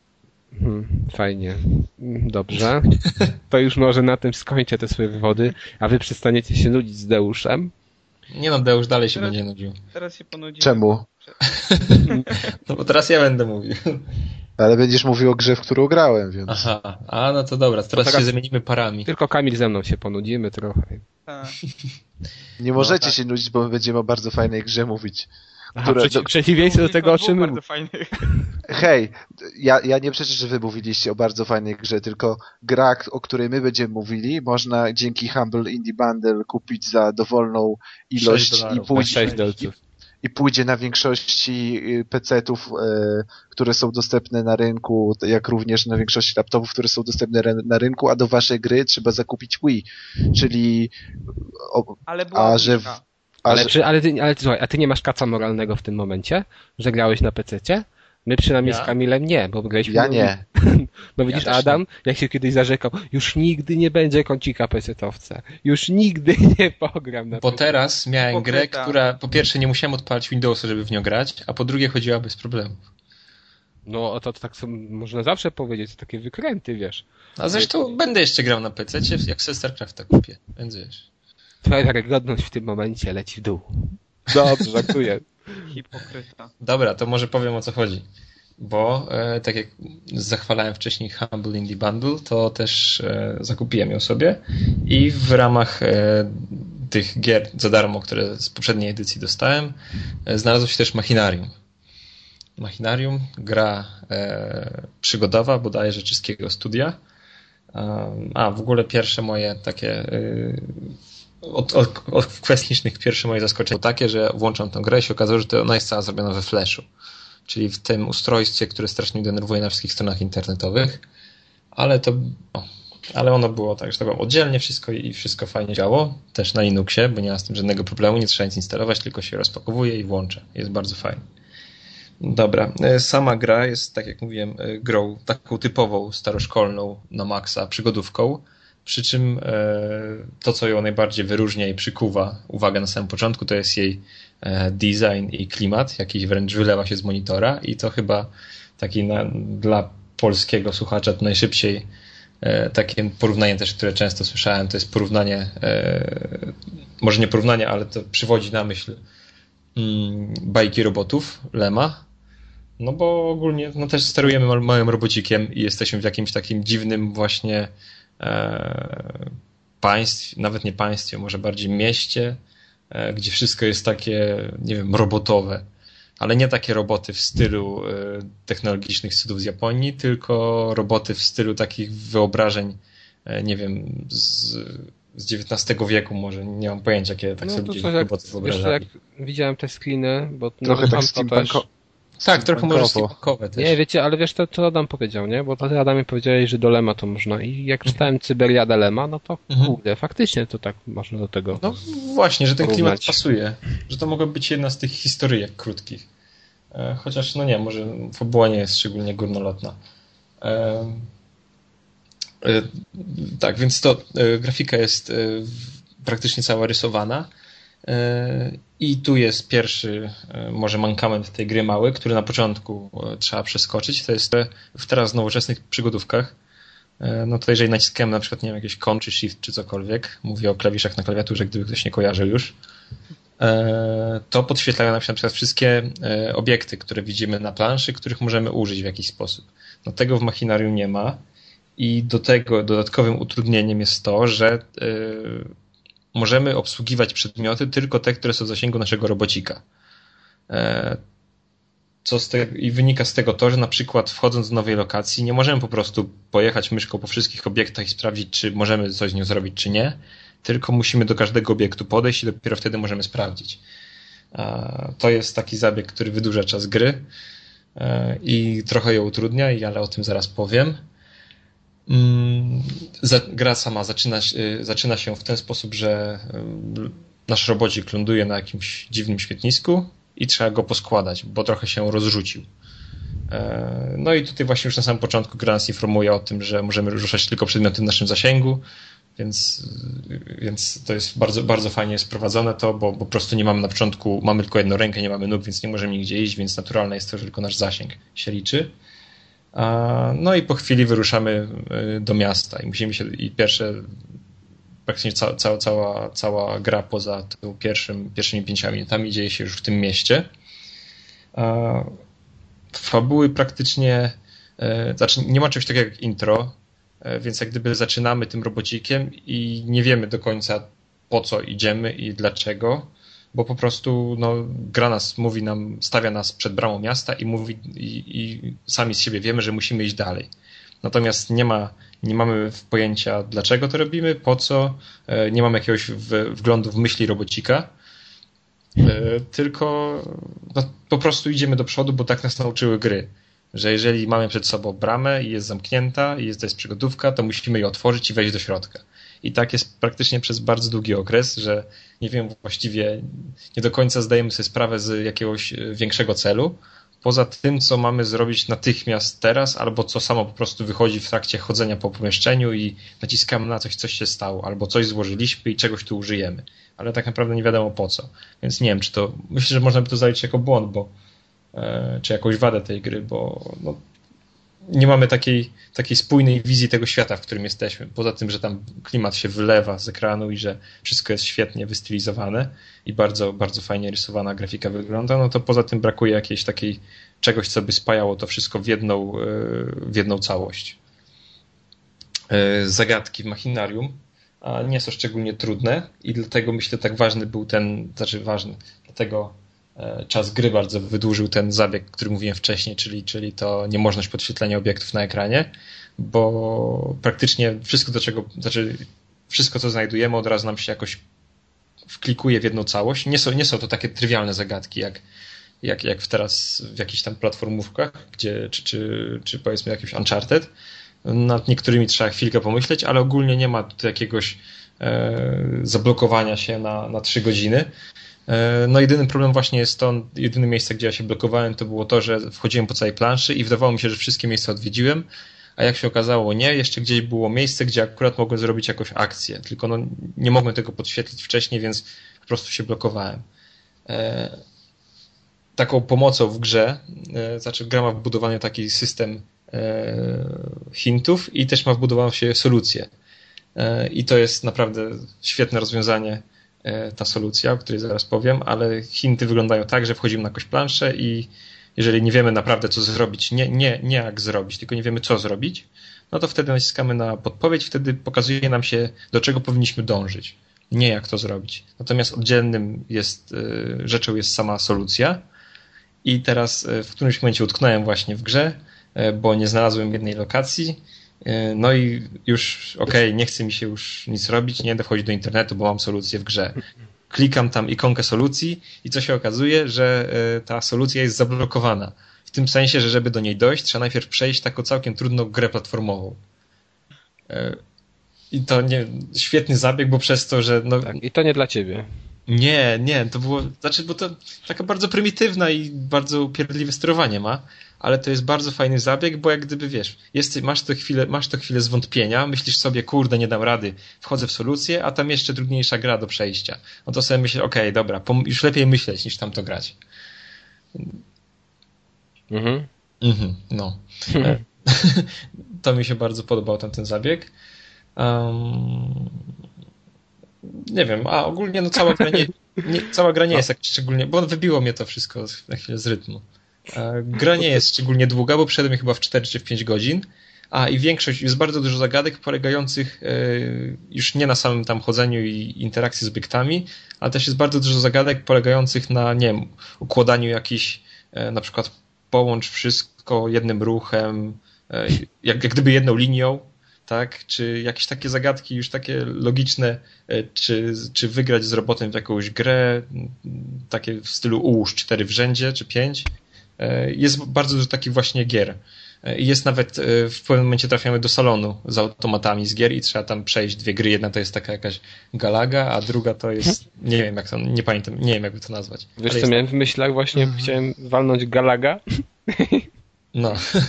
Fajnie. Dobrze. To już może na tym skończę te swoje wywody, a wy przestaniecie się nudzić z Deuszem. Nie no, Deusz dalej się będzie nudził. Teraz się ponudziłem. Czemu? No bo teraz ja będę mówił. Ale będziesz mówił o grze, w którą grałem, więc... Aha, no to dobra, teraz się zamienimy parami. Tylko Kamil ze mną się ponudzimy trochę. Nie możecie się nudzić, bo my będziemy o bardzo fajnej grze mówić. Przeciwieństwo do tego, o czym my... Hej, ja nie przeczę, że wy mówiliście o bardzo fajnej grze, tylko gra, o której my będziemy mówili, można dzięki Humble Indie Bundle kupić za dowolną ilość i pójdzie na większości PC-ów, które są dostępne na rynku, jak również na większości laptopów, które są dostępne na rynku, a do waszej gry trzeba zakupić Wii, czyli... Słuchaj, a ty nie masz kaca moralnego w tym momencie, że grałeś na PC-cie? My przynajmniej z Kamilem nie, bo graliśmy... Ja nie. No widzisz, Adam, jak się kiedyś zarzekał, już nigdy nie będzie kącika PC-towca. Już nigdy nie pogram na Bo teraz miałem grę, która po pierwsze nie musiałem odpalać Windowsa, żeby w nią grać, a po drugie chodziła bez problemów. No to tak można zawsze powiedzieć, to takie wykręty, wiesz. A zresztą będę jeszcze grał na PC-cie, jak sobie StarCrafta kupię, więc wiesz. Twoja wiarygodność w tym momencie leci w dół. Dobrze, żartuję. Hipokryta. Dobra, to może powiem, o co chodzi. bo tak jak zachwalałem wcześniej Humble Indie Bundle, to też zakupiłem ją sobie i w ramach tych gier za darmo, które z poprzedniej edycji dostałem, znalazło się też Machinarium. Machinarium, gra przygodowa, bodajże czeskiego studia. W ogóle pierwsze moje takie od kwestii licznych pierwsze moje zaskoczenie było takie, że włączam tę grę i się okazało, że ona jest cała zrobiona we Flashu. Czyli w tym ustrojstwie, które strasznie denerwuje na wszystkich stronach internetowych. Ale ono było tak, że tak powiem, oddzielnie wszystko i wszystko fajnie działało. Też na Linuxie, bo nie ma z tym żadnego problemu, nie trzeba nic instalować, tylko się rozpakowuje i włącza. Jest bardzo fajnie. Dobra, sama gra jest, tak jak mówiłem, grą taką typową, staroszkolną na maksa przygodówką, przy czym to, co ją najbardziej wyróżnia i przykuwa uwagę na samym początku, to jest jej design i klimat, jakiś wręcz wylewa się z monitora i to chyba taki dla polskiego słuchacza to najszybciej takie porównanie też, które często słyszałem, to jest porównanie, może nie porównanie, ale to przywodzi na myśl bajki robotów Lema, no bo ogólnie też sterujemy małym robocikiem i jesteśmy w jakimś takim dziwnym właśnie państwie, nawet nie państwie, może bardziej mieście, gdzie wszystko jest takie, nie wiem, robotowe, ale nie takie roboty w stylu technologicznych cudów z Japonii, tylko roboty w stylu takich wyobrażeń, nie wiem, z XIX wieku może, nie mam pojęcia, jakie tak sobie ludzie roboty wyobrażali. Jak widziałem te screeny, bo trochę tak steampunkowe. Tak, trochę może steampunkowe też. Nie, wiecie, ale wiesz, to Adam powiedział, nie? Bo to Adamie powiedziałeś, że do Lema to można i jak czytałem Cyberiadę Lema, no to kurde, faktycznie to tak można do tego No właśnie, że ten klimat pasuje, że to mogła być jedna z tych historyjek krótkich. Chociaż, no nie, może fabuła nie jest szczególnie górnolotna. Tak, więc to grafika jest praktycznie cała rysowana i tu jest pierwszy może mankament tej gry mały, który na początku trzeba przeskoczyć. To jest w teraz nowoczesnych przygodówkach. No to jeżeli naciskałem na przykład, nie wiem, jakieś Ctrl czy Shift czy cokolwiek, mówię o klawiszach na klawiaturze, gdyby ktoś nie kojarzył już, to podświetlają nam się na przykład wszystkie obiekty, które widzimy na planszy, których możemy użyć w jakiś sposób. No tego w Machinarium nie ma i do tego dodatkowym utrudnieniem jest to, że możemy obsługiwać przedmioty tylko te, które są w zasięgu naszego robocika. I wynika z tego to, że na przykład wchodząc do nowej lokacji nie możemy po prostu pojechać myszką po wszystkich obiektach i sprawdzić, czy możemy coś z nią zrobić, czy nie, tylko musimy do każdego obiektu podejść i dopiero wtedy możemy sprawdzić. To jest taki zabieg, który wydłuża czas gry i trochę ją utrudnia, ale o tym zaraz powiem. Gra sama zaczyna się w ten sposób, że nasz robocik ląduje na jakimś dziwnym śmietnisku i trzeba go poskładać, bo trochę się rozrzucił. No i tutaj właśnie już na samym początku gra nas informuje o tym, że możemy ruszać tylko przedmioty w naszym zasięgu, więc to jest bardzo, bardzo fajnie sprowadzone to, bo po prostu nie mamy na początku, mamy tylko jedną rękę, nie mamy nóg, więc nie możemy nigdzie iść, więc naturalne jest to, że tylko nasz zasięg się liczy. No i po chwili wyruszamy do miasta i pierwsze praktycznie cała gra poza tą pierwszymi 5 minutami dzieje się już w tym mieście. Fabuły praktycznie, znaczy nie ma czegoś takiego jak intro, więc jak gdyby zaczynamy tym robocikiem i nie wiemy do końca po co idziemy i dlaczego, bo po prostu gra nas stawia nas przed bramą miasta i mówi i sami z siebie wiemy, że musimy iść dalej. Natomiast nie mamy pojęcia, dlaczego to robimy, po co, nie mamy jakiegoś wglądu w myśli robocika, tylko po prostu idziemy do przodu, bo tak nas nauczyły gry, że jeżeli mamy przed sobą bramę i jest zamknięta i to jest przygodówka, to musimy ją otworzyć i wejść do środka. I tak jest praktycznie przez bardzo długi okres, że nie wiem, właściwie nie do końca zdajemy sobie sprawę z jakiegoś większego celu, poza tym, co mamy zrobić natychmiast teraz, albo co samo po prostu wychodzi w trakcie chodzenia po pomieszczeniu i naciskamy na coś się stało, albo coś złożyliśmy i czegoś tu użyjemy. Ale tak naprawdę nie wiadomo po co. Więc nie wiem, myślę, że można by to zaliczyć jako błąd, czy jakąś wadę tej gry, bo nie mamy takiej spójnej wizji tego świata, w którym jesteśmy. Poza tym, że tam klimat się wylewa z ekranu i że wszystko jest świetnie wystylizowane i bardzo, bardzo fajnie rysowana grafika wygląda, no to poza tym brakuje jakiejś takiej czegoś, co by spajało to wszystko w jedną całość. Zagadki w Machinarium nie są szczególnie trudne i dlatego myślę tak ważny był dlatego czas gry bardzo wydłużył ten zabieg, który mówiłem wcześniej, czyli to niemożność podświetlenia obiektów na ekranie, bo praktycznie wszystko co znajdujemy od razu nam się jakoś wklikuje w jedną całość. Nie są to takie trywialne zagadki, jak teraz w jakichś tam platformówkach, czy powiedzmy jakimś Uncharted. Nad niektórymi trzeba chwilkę pomyśleć, ale ogólnie nie ma tu jakiegoś zablokowania się na 3 godziny. No jedyny problem właśnie jest to, jedyne miejsce, gdzie ja się blokowałem, to było to, że wchodziłem po całej planszy i wydawało mi się, że wszystkie miejsca odwiedziłem, a jak się okazało nie, jeszcze gdzieś było miejsce, gdzie akurat mogłem zrobić jakąś akcję, tylko nie mogłem tego podświetlić wcześniej, więc po prostu się blokowałem. Taką pomocą w grze, gra ma wbudowany taki system hintów i też ma wbudowaną się solucję. I to jest naprawdę świetne rozwiązanie, ta solucja, o której zaraz powiem, ale hinty wyglądają tak, że wchodzimy na jakąś planszę i jeżeli nie wiemy naprawdę co zrobić, nie jak zrobić, tylko nie wiemy co zrobić, no to wtedy naciskamy na podpowiedź, wtedy pokazuje nam się, do czego powinniśmy dążyć, nie jak to zrobić. Natomiast oddzielnym rzeczą jest sama solucja i teraz w którymś momencie utknąłem właśnie w grze, bo nie znalazłem jednej lokacji, no i już nie chce mi się już nic robić, nie będę wchodzić do internetu, bo mam solucję w grze. Klikam tam ikonkę solucji i co się okazuje, że ta solucja jest zablokowana. W tym sensie, że żeby do niej dojść, trzeba najpierw przejść taką całkiem trudną grę platformową. I to świetny zabieg, bo przez to, że... Tak, i to nie dla ciebie. Nie, to było... bo to taka bardzo prymitywna i bardzo upierdliwe sterowanie ma, ale to jest bardzo fajny zabieg, bo jak gdyby wiesz, masz to chwilę zwątpienia, myślisz sobie, kurde, nie dam rady, wchodzę w solucję, a tam jeszcze trudniejsza gra do przejścia. No to sobie myślę, dobra, już lepiej myśleć niż tam to grać. No. To mi się bardzo podobał ten zabieg. Nie wiem, a ogólnie cała gra nie jest tak szczególnie, bo wybiło mnie to wszystko na chwilę z rytmu. Gra nie jest szczególnie długa, bo przeszedłem chyba w 4 czy w 5 godzin, i jest bardzo dużo zagadek polegających już nie na samym tam chodzeniu i interakcji z obiektami, ale też jest bardzo dużo zagadek polegających na, nie wiem, układaniu jakichś, na przykład połącz wszystko jednym ruchem, jak gdyby jedną linią, tak? Czy jakieś takie zagadki już takie logiczne, czy wygrać z robotem w jakąś grę, takie w stylu ułóż 4 w rzędzie, czy 5. Jest bardzo dużo takich właśnie gier. Jest nawet, w pewnym momencie trafiamy do salonu z automatami z gier i trzeba tam przejść 2 gry. Jedna to jest taka jakaś Galaga, a druga to jest, nie wiem jak to, nie pamiętam, nie wiem jakby to nazwać. Wiesz co miałem w myślach właśnie, chciałem walnąć Galaga. No.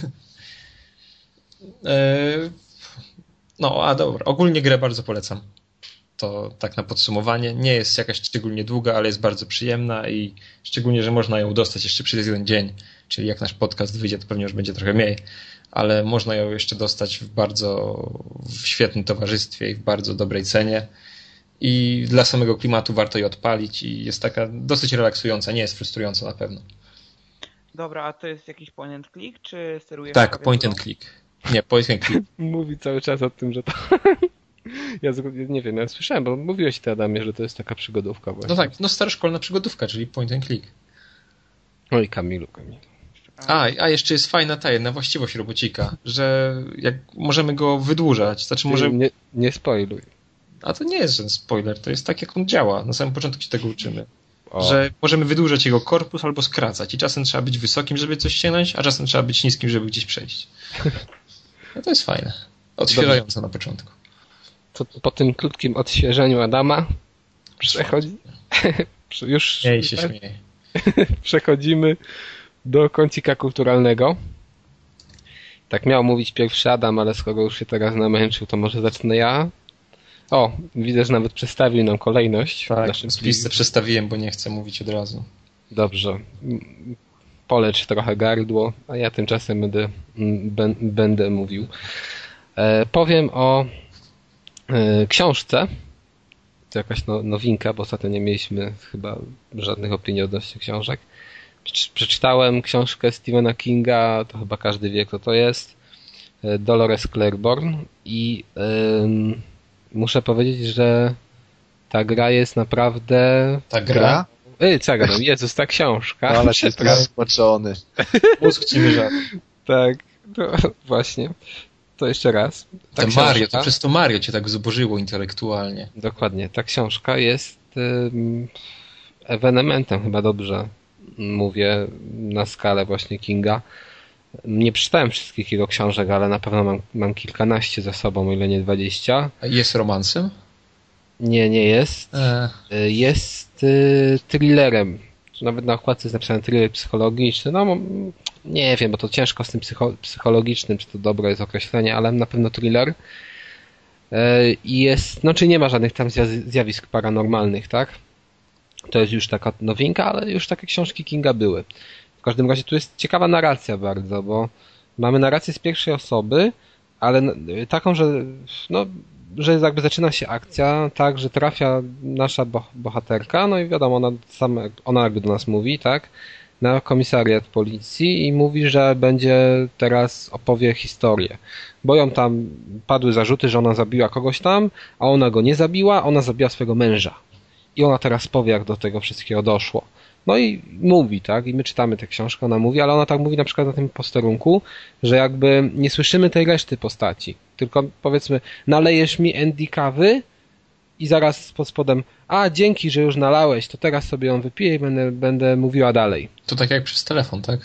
A dobra, ogólnie grę bardzo polecam. To tak na podsumowanie. Nie jest jakaś szczególnie długa, ale jest bardzo przyjemna i szczególnie, że można ją dostać jeszcze przez jeden dzień, czyli jak nasz podcast wyjdzie, to pewnie już będzie trochę mniej, ale można ją jeszcze dostać w świetnym towarzystwie i w bardzo dobrej cenie i dla samego klimatu warto je odpalić i jest taka dosyć relaksująca, nie jest frustrująca na pewno. Dobra, a to jest jakiś point and click, czy sterujesz? Tak, point and click. Nie, point and click. Mówi cały czas o tym, że to... Ja nie wiem, ja słyszałem, bo mówiłeś ty, Adamie, że to jest taka przygodówka właśnie. No tak, staroszkolna przygodówka, czyli point and click. Oj, Kamilu. A jeszcze jest fajna ta jedna właściwość robocika, że jak możemy go wydłużać, Nie spoiluj. A to nie jest żaden spoiler, to jest tak jak on działa. Na samym początku się tego uczymy. Że możemy wydłużać jego korpus albo skracać i czasem trzeba być wysokim, żeby coś ściągnąć, a czasem trzeba być niskim, żeby gdzieś przejść. No to jest fajne. Odświeżające na początku. To po tym krótkim odświeżeniu Adama przechodzimy do kącika kulturalnego. Tak miał mówić pierwszy Adam, ale skoro już się teraz namęczył, to może zacznę ja. Widzę, że nawet przedstawił nam kolejność. Tak, spisę przestawiłem, bo nie chcę mówić od razu. Dobrze. polecz trochę gardło, a ja tymczasem będę mówił. Powiem o książce. To jakaś nowinka, bo ostatnio nie mieliśmy chyba żadnych opinii odnośnie książek. Przeczytałem książkę Stephena Kinga, to chyba każdy wie, kto to jest. Dolores Claiborne i muszę powiedzieć, że ta gra jest naprawdę... Ta gra? Jezus, ta książka. Ale się jest spłaczony. Mózg ci wyżarł. Tak, to właśnie. To jeszcze raz. To przez to Mario cię tak zubożyło intelektualnie. Dokładnie. Ta książka jest ewenementem, chyba dobrze mówię, na skalę właśnie Kinga. Nie przeczytałem wszystkich jego książek, ale na pewno mam kilkanaście za sobą, o ile nie 20. Jest romansem? Nie jest. Jest thrillerem. Nawet na okładce jest napisane thriller psychologiczny. No nie wiem, bo to ciężko z tym psychologicznym, czy to dobre jest określenie, ale na pewno thriller. I jest, czy nie ma żadnych tam zjawisk paranormalnych, tak? To jest już taka nowinka, ale już takie książki Kinga były. W każdym razie tu jest ciekawa narracja bardzo, bo mamy narrację z pierwszej osoby, ale taką, że jakby zaczyna się akcja, tak, że trafia nasza bohaterka, no i wiadomo, ona jakby do nas mówi, tak, na komisariat policji i mówi, że będzie teraz opowie historię. Bo ją tam padły zarzuty, że ona zabiła kogoś tam, a ona go nie zabiła, ona zabiła swojego męża. I ona teraz powie, jak do tego wszystkiego doszło. No i mówi, tak, i my czytamy tę książkę, ona mówi, ale ona tak mówi na przykład na tym posterunku, że jakby nie słyszymy tej reszty postaci, tylko powiedzmy, nalejesz mi Andy kawy i zaraz pod spodem, dzięki, że już nalałeś, to teraz sobie ją wypiję i będę mówiła dalej. To tak jak przez telefon, tak?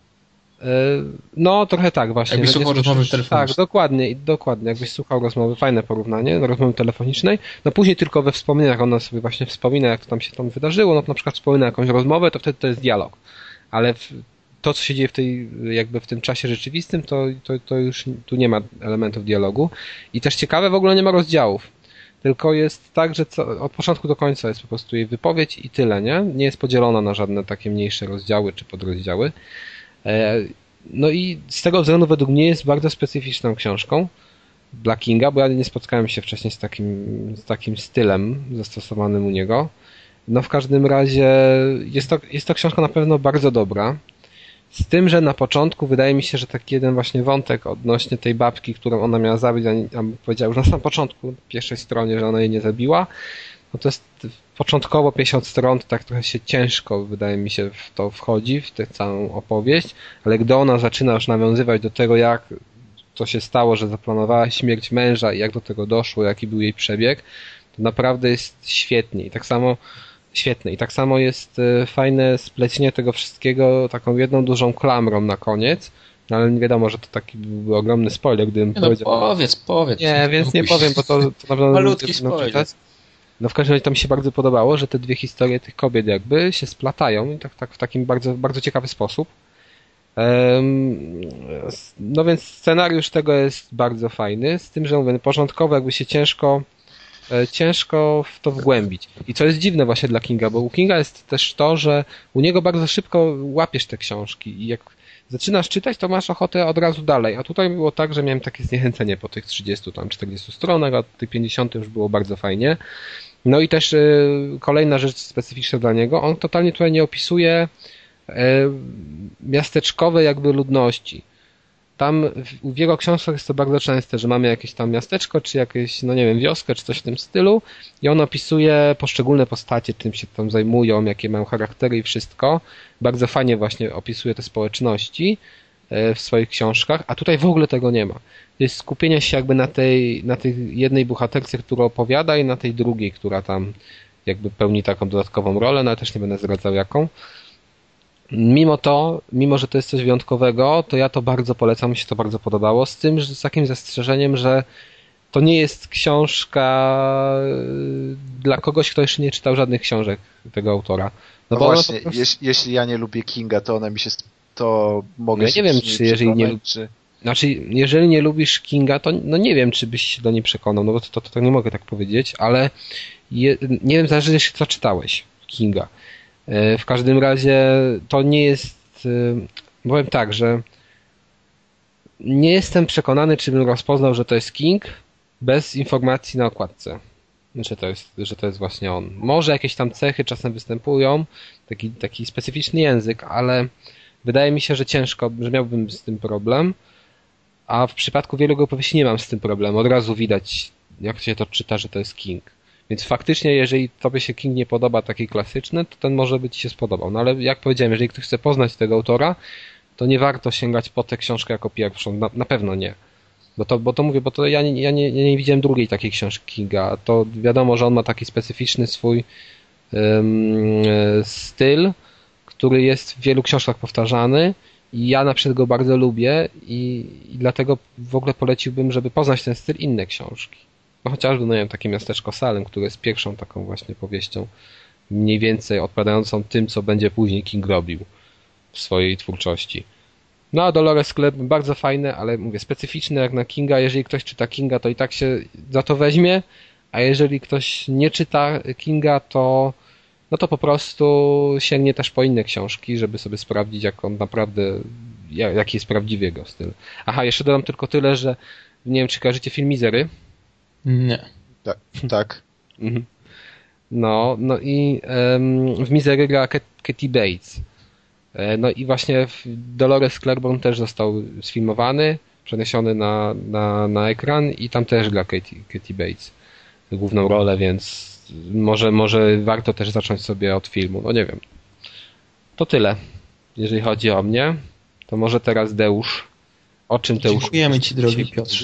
No, trochę tak właśnie. Jakbyś słuchał rozmowy telefonicznej. Tak, dokładnie. Jakbyś słuchał rozmowy, fajne porównanie do rozmowy telefonicznej. No później tylko we wspomnieniach ona sobie właśnie wspomina, jak to tam się tam wydarzyło. No to na przykład wspomina jakąś rozmowę, to wtedy to jest dialog. Ale to, co się dzieje w tym czasie rzeczywistym, to już tu nie ma elementów dialogu. I też ciekawe, w ogóle nie ma rozdziałów. Tylko jest tak, że od początku do końca jest po prostu jej wypowiedź i tyle, nie? Nie jest podzielona na żadne takie mniejsze rozdziały czy podrozdziały. No i z tego względu według mnie jest bardzo specyficzną książką dla Kinga, bo ja nie spotkałem się wcześniej z takim stylem zastosowanym u niego. No w każdym razie jest to książka na pewno bardzo dobra. Z tym, że na początku wydaje mi się, że taki jeden właśnie wątek odnośnie tej babki, którą ona miała zabić, a powiedziała już na samym początku, w pierwszej stronie, że ona jej nie zabiła, no to jest początkowo 50 stron, to tak trochę się ciężko, wydaje mi się, w to wchodzi, w tę całą opowieść, ale gdy ona zaczyna już nawiązywać do tego, jak to się stało, że zaplanowała śmierć męża i jak do tego doszło, jaki był jej przebieg, to naprawdę jest świetnie. I tak samo jest fajne splecienie tego wszystkiego taką jedną dużą klamrą na koniec, no ale nie wiadomo, że to taki byłby ogromny spoiler, gdybym powiedział. Powiedz. Nie, więc nie powiem, bo to naprawdę... Malutki spoiler. No w każdym razie tam się bardzo podobało, że te dwie historie tych kobiet jakby się splatają i tak w takim bardzo, bardzo ciekawy sposób. No więc scenariusz tego jest bardzo fajny, z tym, że mówię, początkowo jakby się ciężko w to wgłębić. I co jest dziwne właśnie dla Kinga, bo u Kinga jest też to, że u niego bardzo szybko łapiesz te książki i jak zaczynasz czytać, to masz ochotę od razu dalej. A tutaj było tak, że miałem takie zniechęcenie po tych 30, tam 40 stronach, a tych 50 już było bardzo fajnie. No i też kolejna rzecz specyficzna dla niego, on totalnie tutaj nie opisuje miasteczkowej jakby ludności. Tam w jego książkach jest to bardzo częste, że mamy jakieś tam miasteczko, czy jakieś, no nie wiem, wioskę, czy coś w tym stylu i on opisuje poszczególne postacie, czym się tam zajmują, jakie mają charaktery i wszystko. Bardzo fajnie właśnie opisuje te społeczności w swoich książkach, a tutaj w ogóle tego nie ma. To jest skupienie się jakby na tej jednej bohaterce, która opowiada i na tej drugiej, która tam jakby pełni taką dodatkową rolę, no ale też nie będę zdradzał jaką. Mimo że to jest coś wyjątkowego, to ja to bardzo polecam, mi się to bardzo podobało, z tym, że z takim zastrzeżeniem, że to nie jest książka dla kogoś, kto jeszcze nie czytał żadnych książek tego autora. No bo właśnie, jeśli ja nie lubię Kinga, to ona mi się... to mogę ja nie wiem, czy jeżeli nie lubisz... Znaczy, jeżeli nie lubisz Kinga, to no nie wiem, czy byś się do niej przekonał, no bo to nie mogę tak powiedzieć, ale nie wiem, zależy jeszcze co czytałeś Kinga. W każdym razie to nie jest jest, powiem tak, że nie jestem przekonany, czy bym rozpoznał, że to jest King bez informacji na okładce. Że to jest właśnie on. Może jakieś tam cechy czasem występują, taki specyficzny język, ale wydaje mi się, że ciężko, że miałbym z tym problem, a w przypadku wielu opowieści nie mam z tym problemu. Od razu widać, jak się to czyta, że to jest King. Więc faktycznie, jeżeli tobie się King nie podoba, taki klasyczny, to ten może by ci się spodobał. No ale jak powiedziałem, jeżeli ktoś chce poznać tego autora, to nie warto sięgać po tę książkę jako pierwszą. Na pewno nie. Bo to ja nie widziałem drugiej takiej książki Kinga. To wiadomo, że on ma taki specyficzny swój styl, który jest w wielu książkach powtarzany i ja na przykład go bardzo lubię i dlatego w ogóle poleciłbym, żeby poznać ten styl, inne książki. No chociażby, nie wiem, takie Miasteczko Salem, które jest pierwszą taką właśnie powieścią mniej więcej odpowiadającą tym, co będzie później King robił w swojej twórczości. No a Dolores Clare bardzo fajne, ale mówię, specyficzne jak na Kinga. Jeżeli ktoś czyta Kinga, to i tak się za to weźmie, a jeżeli ktoś nie czyta Kinga, to no to po prostu sięgnie też po inne książki, żeby sobie sprawdzić, jak on naprawdę, jaki jest prawdziwy jego styl. Aha, jeszcze dodam tylko tyle, że nie wiem, czy kojarzycie film Misery? Nie. Tak. No i w Misery gra Kathy Bates. No i właśnie Dolores Claiborne też został sfilmowany, przeniesiony na ekran i tam też gra Kathy Bates główną rolę, więc może warto też zacząć sobie od filmu, no nie wiem. To tyle, jeżeli chodzi o mnie. To może teraz Deusz. O czym Deusz? Dziękujemy ci, drogi Piotr.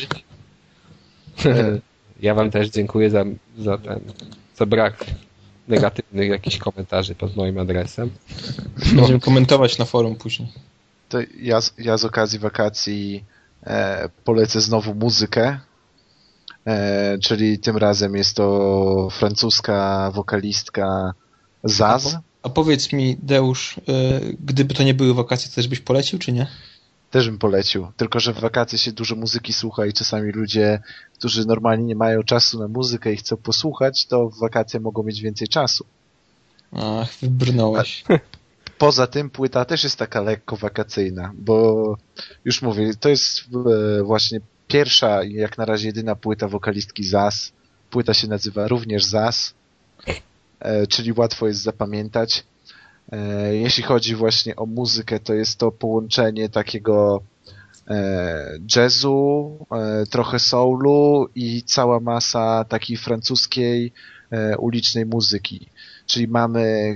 Ja wam też dziękuję za brak negatywnych jakichś komentarzy pod moim adresem. Będziemy komentować na forum później. To ja z okazji wakacji polecę znowu muzykę, czyli tym razem jest to francuska wokalistka Zaz. A powiedz mi, Deusz, gdyby to nie były wakacje, to też byś polecił, czy nie? Też bym polecił, tylko że w wakacje się dużo muzyki słucha i czasami ludzie, którzy normalnie nie mają czasu na muzykę i chcą posłuchać, to w wakacje mogą mieć więcej czasu. Ach, wybrnąłeś. Poza tym płyta też jest taka lekko wakacyjna, bo już mówię, to jest właśnie pierwsza i jak na razie jedyna płyta wokalistki Zaz. Płyta się nazywa również Zaz, czyli łatwo jest zapamiętać. Jeśli chodzi właśnie o muzykę, to jest to połączenie takiego jazzu, trochę soulu i cała masa takiej francuskiej ulicznej muzyki. Czyli mamy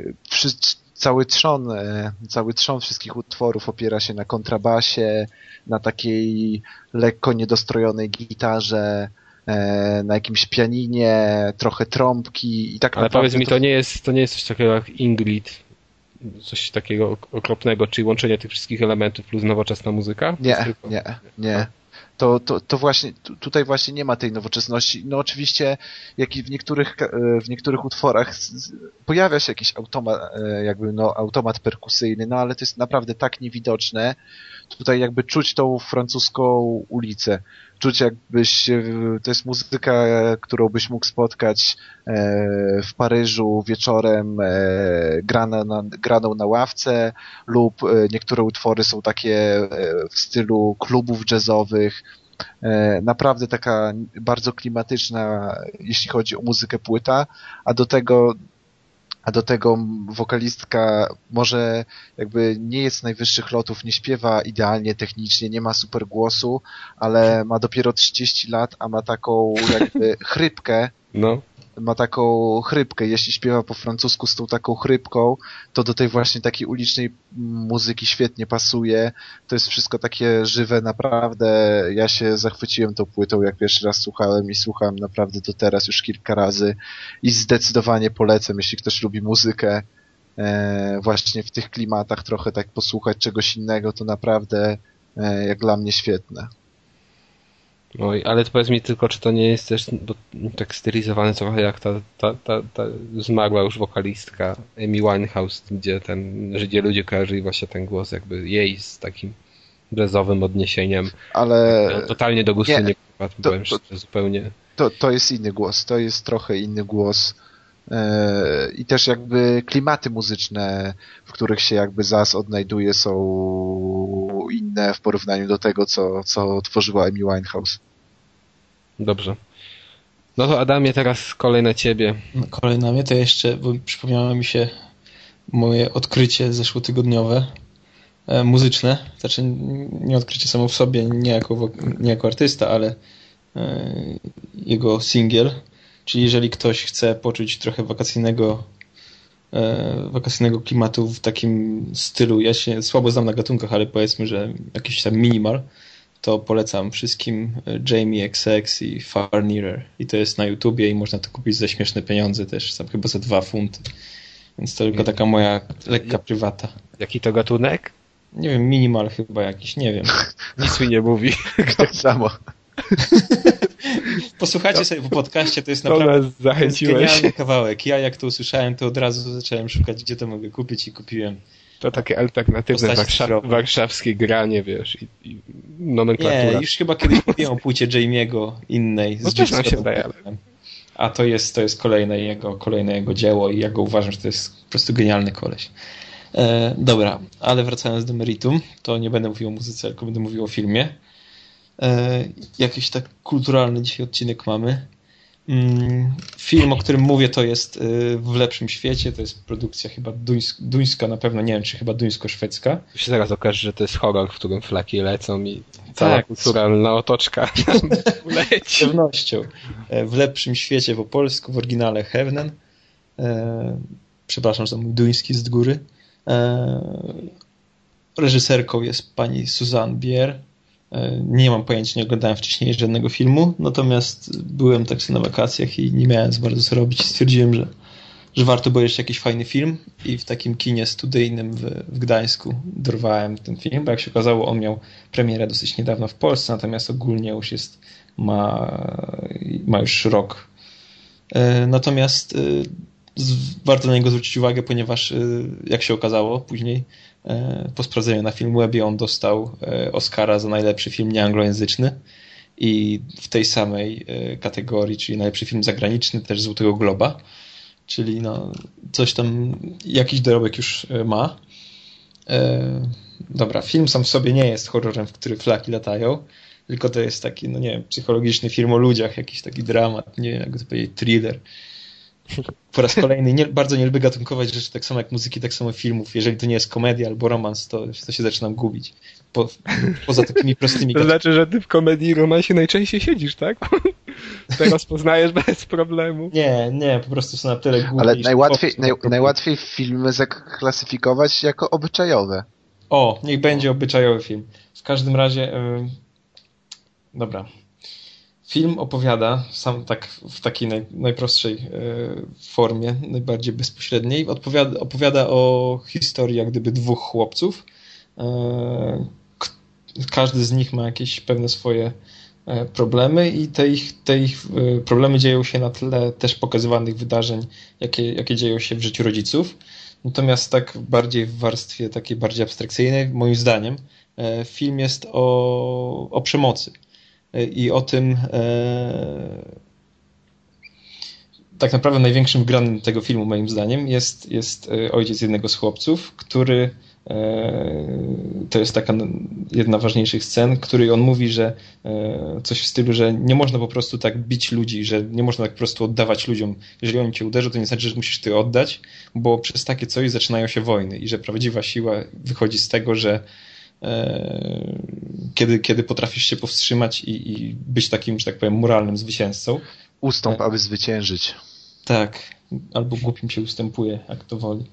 cały trzon wszystkich utworów opiera się na kontrabasie, na takiej lekko niedostrojonej gitarze, na jakimś pianinie, trochę trąbki i tak. Ale powiedz mi, to nie jest coś takiego jak Ingrid, coś takiego okropnego, czyli łączenie tych wszystkich elementów plus nowoczesna muzyka? Nie. To właśnie, tutaj właśnie nie ma tej nowoczesności. No oczywiście, jak i w niektórych utworach pojawia się jakiś automat perkusyjny, no ale to jest naprawdę tak niewidoczne. Tutaj jakby czuć tą francuską ulicę. Czuć to jest muzyka, którą byś mógł spotkać w Paryżu wieczorem graną na ławce lub niektóre utwory są takie w stylu klubów jazzowych. Naprawdę taka bardzo klimatyczna, jeśli chodzi o muzykę płyta, a do tego wokalistka może jakby nie jest z najwyższych lotów, nie śpiewa idealnie technicznie, nie ma super głosu, ale ma dopiero 30 lat, a ma taką jakby chrypkę. No. Ma taką chrypkę. Jeśli śpiewa po francusku z tą taką chrypką, to do tej właśnie takiej ulicznej muzyki świetnie pasuje. To jest wszystko takie żywe, naprawdę. Ja się zachwyciłem tą płytą, jak pierwszy raz słuchałem i słucham naprawdę do teraz już kilka razy i zdecydowanie polecam, jeśli ktoś lubi muzykę właśnie w tych klimatach trochę tak posłuchać czegoś innego, to naprawdę jak dla mnie świetne. Oj, ale to powiedz mi tylko, czy to nie jest też tak stylizowane trochę jak ta zmarła już wokalistka Amy Winehouse, gdzie ludzie kojarzyli właśnie ten głos jakby jej z takim jazzowym odniesieniem. Ale totalnie do gustu nie przypadł, powiem szczerze, zupełnie. To jest inny głos, to jest trochę inny głos. i też jakby klimaty muzyczne, w których się jakby Zaz odnajduje, są inne w porównaniu do tego, co tworzyła Amy Winehouse. Dobrze. No to Adamie, teraz kolej na ciebie. Kolej na mnie, to jeszcze, bo przypomniało mi się moje odkrycie zeszłotygodniowe, muzyczne, znaczy nie odkrycie samo w sobie, nie jako artysta, ale jego singiel, czyli jeżeli ktoś chce poczuć trochę wakacyjnego klimatu w takim stylu, ja się słabo znam na gatunkach, ale powiedzmy, że jakiś tam minimal, to polecam wszystkim Jamie XX i Far Nearer. I to jest na YouTubie i można to kupić za śmieszne pieniądze też, tam chyba za 2 funty. Więc to tylko taka moja lekka prywata. Jaki to gatunek? Nie wiem, minimal chyba jakiś, nie wiem. Nic mi nie mówi. Tak samo. Posłuchajcie sobie po podcaście, to jest naprawdę genialny kawałek. Ja jak to usłyszałem, to od razu zacząłem szukać, gdzie to mogę kupić i kupiłem. To takie alternatywne warszawskie granie, wiesz, i nomenklatura. Nie, już chyba kiedyś mówiłem o płycie Jamie'ego innej. No też nam się wydaje, ale... A to jest kolejne jego dzieło i ja go uważam, że to jest po prostu genialny koleś. Dobra, ale wracając do meritum, to nie będę mówił o muzyce, tylko będę mówił o filmie. Jakiś tak kulturalny dzisiaj odcinek mamy. Film, o którym mówię, to jest W lepszym świecie, to jest produkcja chyba duńska na pewno, nie wiem, czy chyba duńsko-szwedzka. Tu się zaraz okaże, że to jest horror, w którym flaki lecą i cała kulturalna otoczka leci. Z pewnością. W lepszym świecie po polsku, w oryginale Hevnen. Przepraszam za mój duński z góry. Reżyserką jest pani Susanne Bier. Nie mam pojęcia, nie oglądałem wcześniej żadnego filmu, natomiast byłem tak sobie na wakacjach i nie miałem za bardzo co robić. Stwierdziłem, że warto było jeszcze jakiś fajny film i w takim kinie studyjnym w Gdańsku dorwałem ten film, bo jak się okazało, on miał premierę dosyć niedawno w Polsce, natomiast ogólnie już ma już rok. Natomiast warto na niego zwrócić uwagę, ponieważ jak się okazało później, po sprawdzeniu na Filmwebie on dostał Oscara za najlepszy film nieanglojęzyczny i w tej samej kategorii, czyli najlepszy film zagraniczny, też Złotego Globa, czyli no coś tam, jakiś dorobek już ma. Dobra, film sam w sobie nie jest horrorem, w który flaki latają, tylko to jest taki, no nie wiem, psychologiczny film o ludziach, jakiś taki dramat, nie wiem, jak to powiedzieć, thriller. Po raz kolejny bardzo nie lubię gatunkować rzeczy, tak samo jak muzyki, tak samo filmów. Jeżeli to nie jest komedia albo romans, to się zaczynam gubić. Poza takimi prostymi... To znaczy, że ty w komedii i romansie najczęściej siedzisz, tak? Teraz poznajesz bez problemu. Nie, po prostu są na tyle głupi. Ale najłatwiej filmy zaklasyfikować jako obyczajowe. O, niech będzie obyczajowy film. W każdym razie... Dobra. Film opowiada, sam tak w takiej najprostszej formie, najbardziej bezpośredniej, opowiada o historii jak gdyby 2 chłopców. Każdy z nich ma jakieś pewne swoje problemy i te ich problemy dzieją się na tle też pokazywanych wydarzeń, jakie dzieją się w życiu rodziców. Natomiast tak bardziej w warstwie takiej bardziej abstrakcyjnej, moim zdaniem, film jest o przemocy. I o tym tak naprawdę największym wgranym tego filmu moim zdaniem jest ojciec jednego z chłopców, który to jest taka jedna z ważniejszych scen, który on mówi, że coś w stylu, że nie można po prostu tak bić ludzi, że nie można tak po prostu oddawać ludziom. Jeżeli oni cię uderzą, to nie znaczy, że musisz ty oddać, bo przez takie coś zaczynają się wojny i że prawdziwa siła wychodzi z tego, że kiedy potrafisz się powstrzymać i być takim, że tak powiem, moralnym zwycięzcą. Ustąp, aby zwyciężyć. Tak, albo głupim się ustępuje, jak to woli.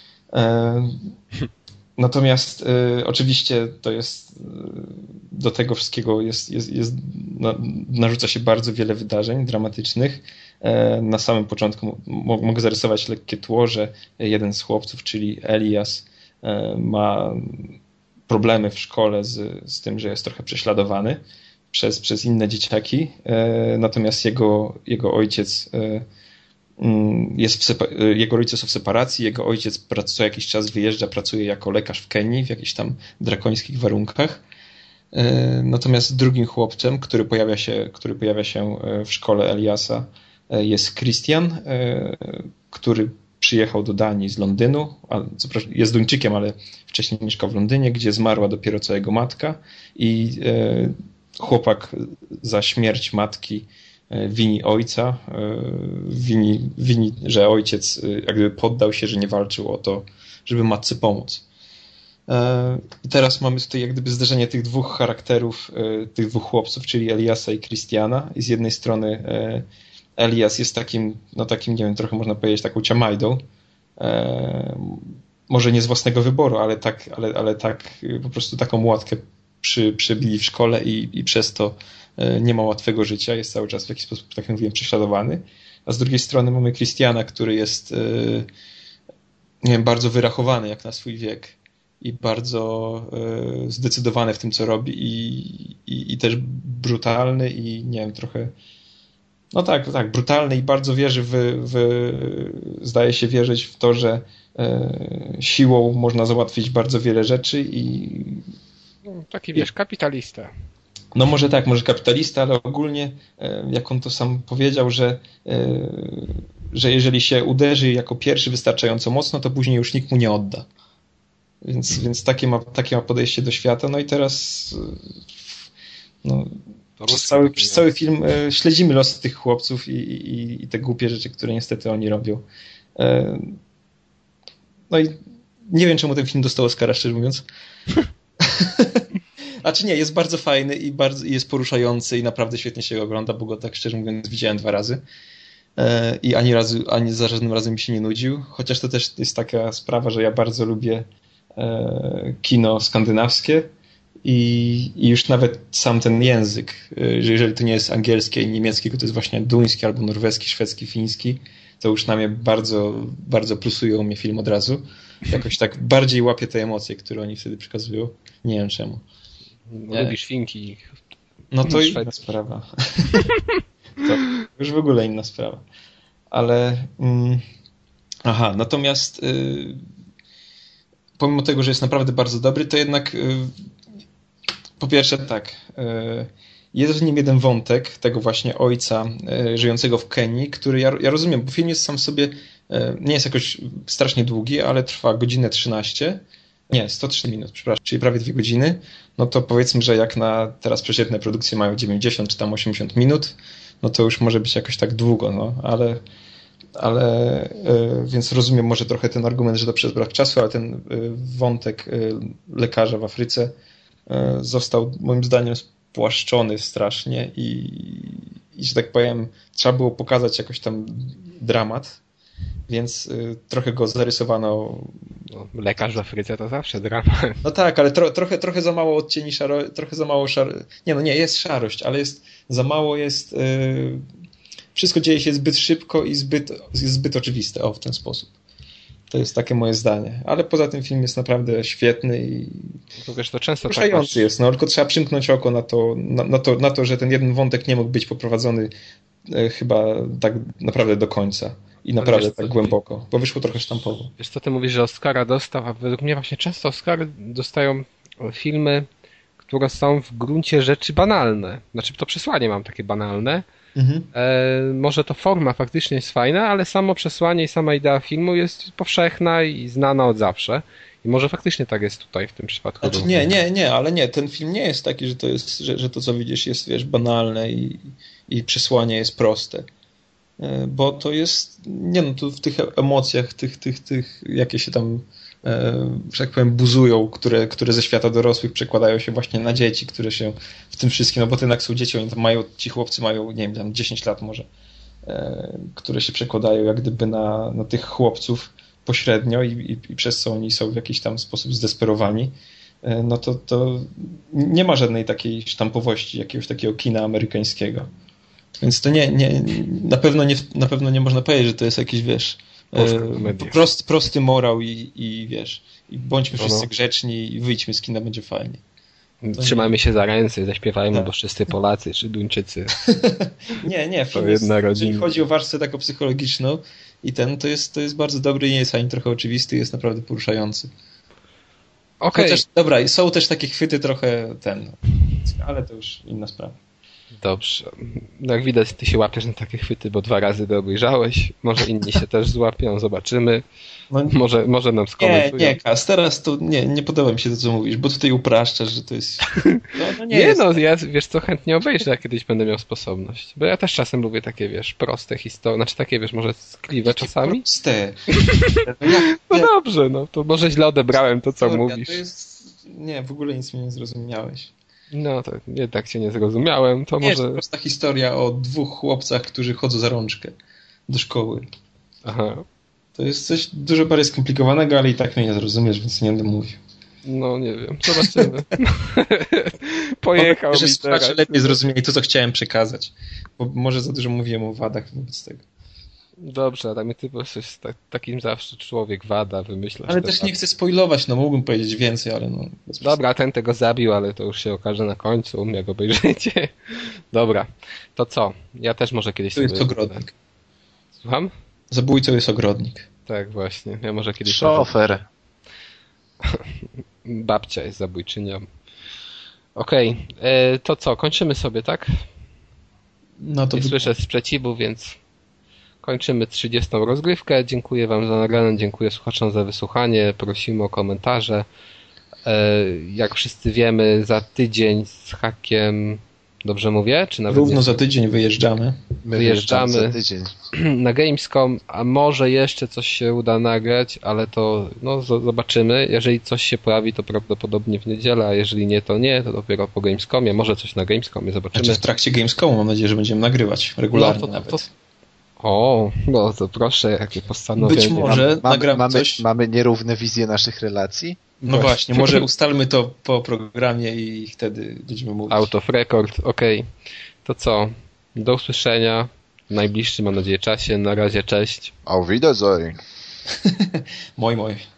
Natomiast oczywiście to jest do tego wszystkiego narzuca się bardzo wiele wydarzeń dramatycznych. Na samym początku mogę zarysować lekkie tło, że jeden z chłopców, czyli Elias, ma problemy w szkole z tym, że jest trochę prześladowany przez inne dzieciaki. Natomiast jego ojciec jego rodzice są w separacji, jego ojciec co jakiś czas wyjeżdża, pracuje jako lekarz w Kenii w jakichś tam drakońskich warunkach. Natomiast drugim chłopcem, który pojawia się w szkole Eliasa, jest Christian, który przyjechał do Danii z Londynu, jest Duńczykiem, ale wcześniej mieszkał w Londynie, gdzie zmarła dopiero co jego matka i chłopak za śmierć matki wini ojca, wini, że ojciec jakby poddał się, że nie walczył o to, żeby matce pomóc. I teraz mamy tutaj jak gdyby zderzenie tych dwóch charakterów, tych dwóch chłopców, czyli Eliasa i Christiana. I z jednej strony Elias jest takim, nie wiem, trochę można powiedzieć taką ciamajdą. Może nie z własnego wyboru, ale tak po prostu taką łatkę przybili w szkole i przez to nie ma łatwego życia, jest cały czas w jakiś sposób, tak jak mówiłem, prześladowany. A z drugiej strony mamy Christiana, który jest nie wiem, bardzo wyrachowany jak na swój wiek i bardzo zdecydowany w tym, co robi i też brutalny i nie wiem, trochę tak, brutalny i bardzo wierzy zdaje się wierzyć w to, że siłą można załatwić bardzo wiele rzeczy i taki, wiesz, kapitalista. No może kapitalista, ale ogólnie, jak on to sam powiedział, że jeżeli się uderzy jako pierwszy wystarczająco mocno, to później już nikt mu nie odda. Więc takie ma podejście do świata. No i teraz przez cały film śledzimy losy tych chłopców i te głupie rzeczy, które niestety oni robią. No i nie wiem, czemu ten film dostał Oscara, szczerze mówiąc. Znaczy nie, jest bardzo fajny i jest poruszający i naprawdę świetnie się go ogląda, bo go tak szczerze mówiąc widziałem 2 razy i ani za żadnym razem mi się nie nudził, chociaż to też jest taka sprawa, że ja bardzo lubię kino skandynawskie i już nawet sam ten język, że jeżeli to nie jest angielski i niemiecki, tylko to jest właśnie duński albo norweski, szwedzki, fiński, to już na mnie bardzo, bardzo plusują mnie film od razu. Jakoś tak bardziej łapię te emocje, które oni wtedy przekazują. Nie wiem czemu. Lubisz Finki. No to inna sprawa. To już w ogóle inna sprawa. Ale natomiast pomimo tego, że jest naprawdę bardzo dobry, to jednak po pierwsze tak, jest w nim jeden wątek tego właśnie ojca żyjącego w Kenii, który ja rozumiem, bo film jest sam w sobie, nie jest jakoś strasznie długi, ale trwa godzinę 13. Nie, 103 minut, przepraszam, czyli prawie 2 godziny. No to powiedzmy, że jak na teraz przeciętne produkcje mają 90 czy tam 80 minut, no to już może być jakoś tak długo, no, ale więc rozumiem może trochę ten argument, że to przez brak czasu, ale ten wątek lekarza w Afryce został moim zdaniem spłaszczony strasznie i że tak powiem, trzeba było pokazać jakoś tam dramat, więc trochę go zarysowano. No, lekarz w Afryce to zawsze dramat. No tak, ale trochę za mało odcieni trochę za mało jest szarość, ale za mało jest wszystko dzieje się zbyt szybko i zbyt oczywiste, w ten sposób. To jest takie moje zdanie. Ale poza tym film jest naprawdę świetny i to często poruszający jest. No, tylko trzeba przymknąć oko na to, że ten jeden wątek nie mógł być poprowadzony chyba tak naprawdę do końca. I naprawdę tak głęboko, bo wyszło trochę sztampowo. Wiesz co, ty mówisz, że Oscara dostał, a według mnie właśnie często Oscary dostają filmy, które są w gruncie rzeczy banalne. Znaczy to przesłanie mam takie banalne. Może to forma faktycznie jest fajna, ale samo przesłanie i sama idea filmu jest powszechna i znana od zawsze. I może faktycznie tak jest tutaj w tym przypadku. Znaczy, ale nie, ten film nie jest taki, że to jest, że to co widzisz jest, wiesz, banalne i przesłanie jest proste. Bo to jest, to w tych emocjach, tych jakie się tam, że tak powiem, buzują, które ze świata dorosłych przekładają się właśnie na dzieci, które się w tym wszystkim, no bo to jednak są dzieci, ci chłopcy mają, nie wiem, tam 10 lat może, które się przekładają jak gdyby na tych chłopców pośrednio i przez co oni są w jakiś tam sposób zdesperowani, no to nie ma żadnej takiej sztampowości, jakiegoś takiego kina amerykańskiego. Więc to na pewno nie można powiedzieć, że to jest jakiś, wiesz, prosty morał i wiesz, i bądźmy wszyscy grzeczni i wyjdźmy z kina, będzie fajnie. Trzymajmy się za ręce, zaśpiewajmy, bo wszyscy Polacy czy Duńczycy. Nie, film jest, jeżeli chodzi o warstwę taką psychologiczną i to jest bardzo dobry, nie jest ani trochę oczywisty, jest naprawdę poruszający. Okay. Chociaż, dobra, są też takie chwyty trochę ale to już inna sprawa. Dobrze. No jak widać, ty się łapiesz na takie chwyty, bo 2 razy go obejrzałeś. Może inni się też złapią, zobaczymy. No, może nam skomentują. Nie, Kas, teraz to nie podoba mi się to, co mówisz, bo tutaj upraszczasz, że to jest... ja wiesz co, chętnie obejrzę, jak kiedyś będę miał sposobność. Bo ja też czasem lubię takie, wiesz, proste historie, znaczy takie, wiesz, może skliwe czasami. Proste. No dobrze, no to może źle odebrałem to, co mówisz. To jest... Nie, w ogóle nic mnie nie zrozumiałeś. No to jednak cię nie zrozumiałem, to może... To jest prosta historia o 2 chłopcach, którzy chodzą za rączkę do szkoły. Aha. To jest coś dużo bardziej skomplikowanego, ale i tak mnie nie zrozumiesz, więc nie będę mówił. No nie wiem, zobaczymy. Pojechał mi teraz. Lepiej zrozumieli to, co chciałem przekazać. Bo może za dużo mówiłem o wadach wobec tego. Dobrze, ale ty po prostu jest takim zawsze człowiek wada, wymyślasz. Ale też nie chcę spoilować, no mógłbym powiedzieć więcej, ale no... Dobra, ten tego zabił, ale to już się okaże na końcu, jak obejrzycie. Dobra, to co? Ja też może kiedyś to jest ogrodnik. Słucham? Zabójcą jest ogrodnik. Tak, właśnie. Ja może kiedyś... Szofer. Babcia jest zabójczynią. Okej, to co? Kończymy sobie, tak? No to... Nie słyszę sprzeciwu, więc kończymy 30. rozgrywkę. Dziękuję wam za nagranie, dziękuję słuchaczom za wysłuchanie. Prosimy o komentarze. Jak wszyscy wiemy, za tydzień z hakiem... Dobrze mówię? Czy nawet równo za tydzień wyjeżdżamy. Wyjeżdżamy za tydzień na Gamescom, a może jeszcze coś się uda nagrać, ale to zobaczymy. Jeżeli coś się pojawi, to prawdopodobnie w niedzielę, a jeżeli nie, to nie, to dopiero po Gamescomie. Może coś na Gamescomie, zobaczymy. Znaczy w trakcie Gamescomu mam nadzieję, że będziemy nagrywać regularnie nawet. No to proszę, jakie postanowienie. Być może nagramy coś. Mamy nierówne wizje naszych relacji? No właśnie, może ustalmy to po programie i wtedy będziemy mówić. Out of record, okej. To co? Do usłyszenia w najbliższym, mam nadzieję, czasie. Na razie, cześć. Auf Wiedersehen. Moi.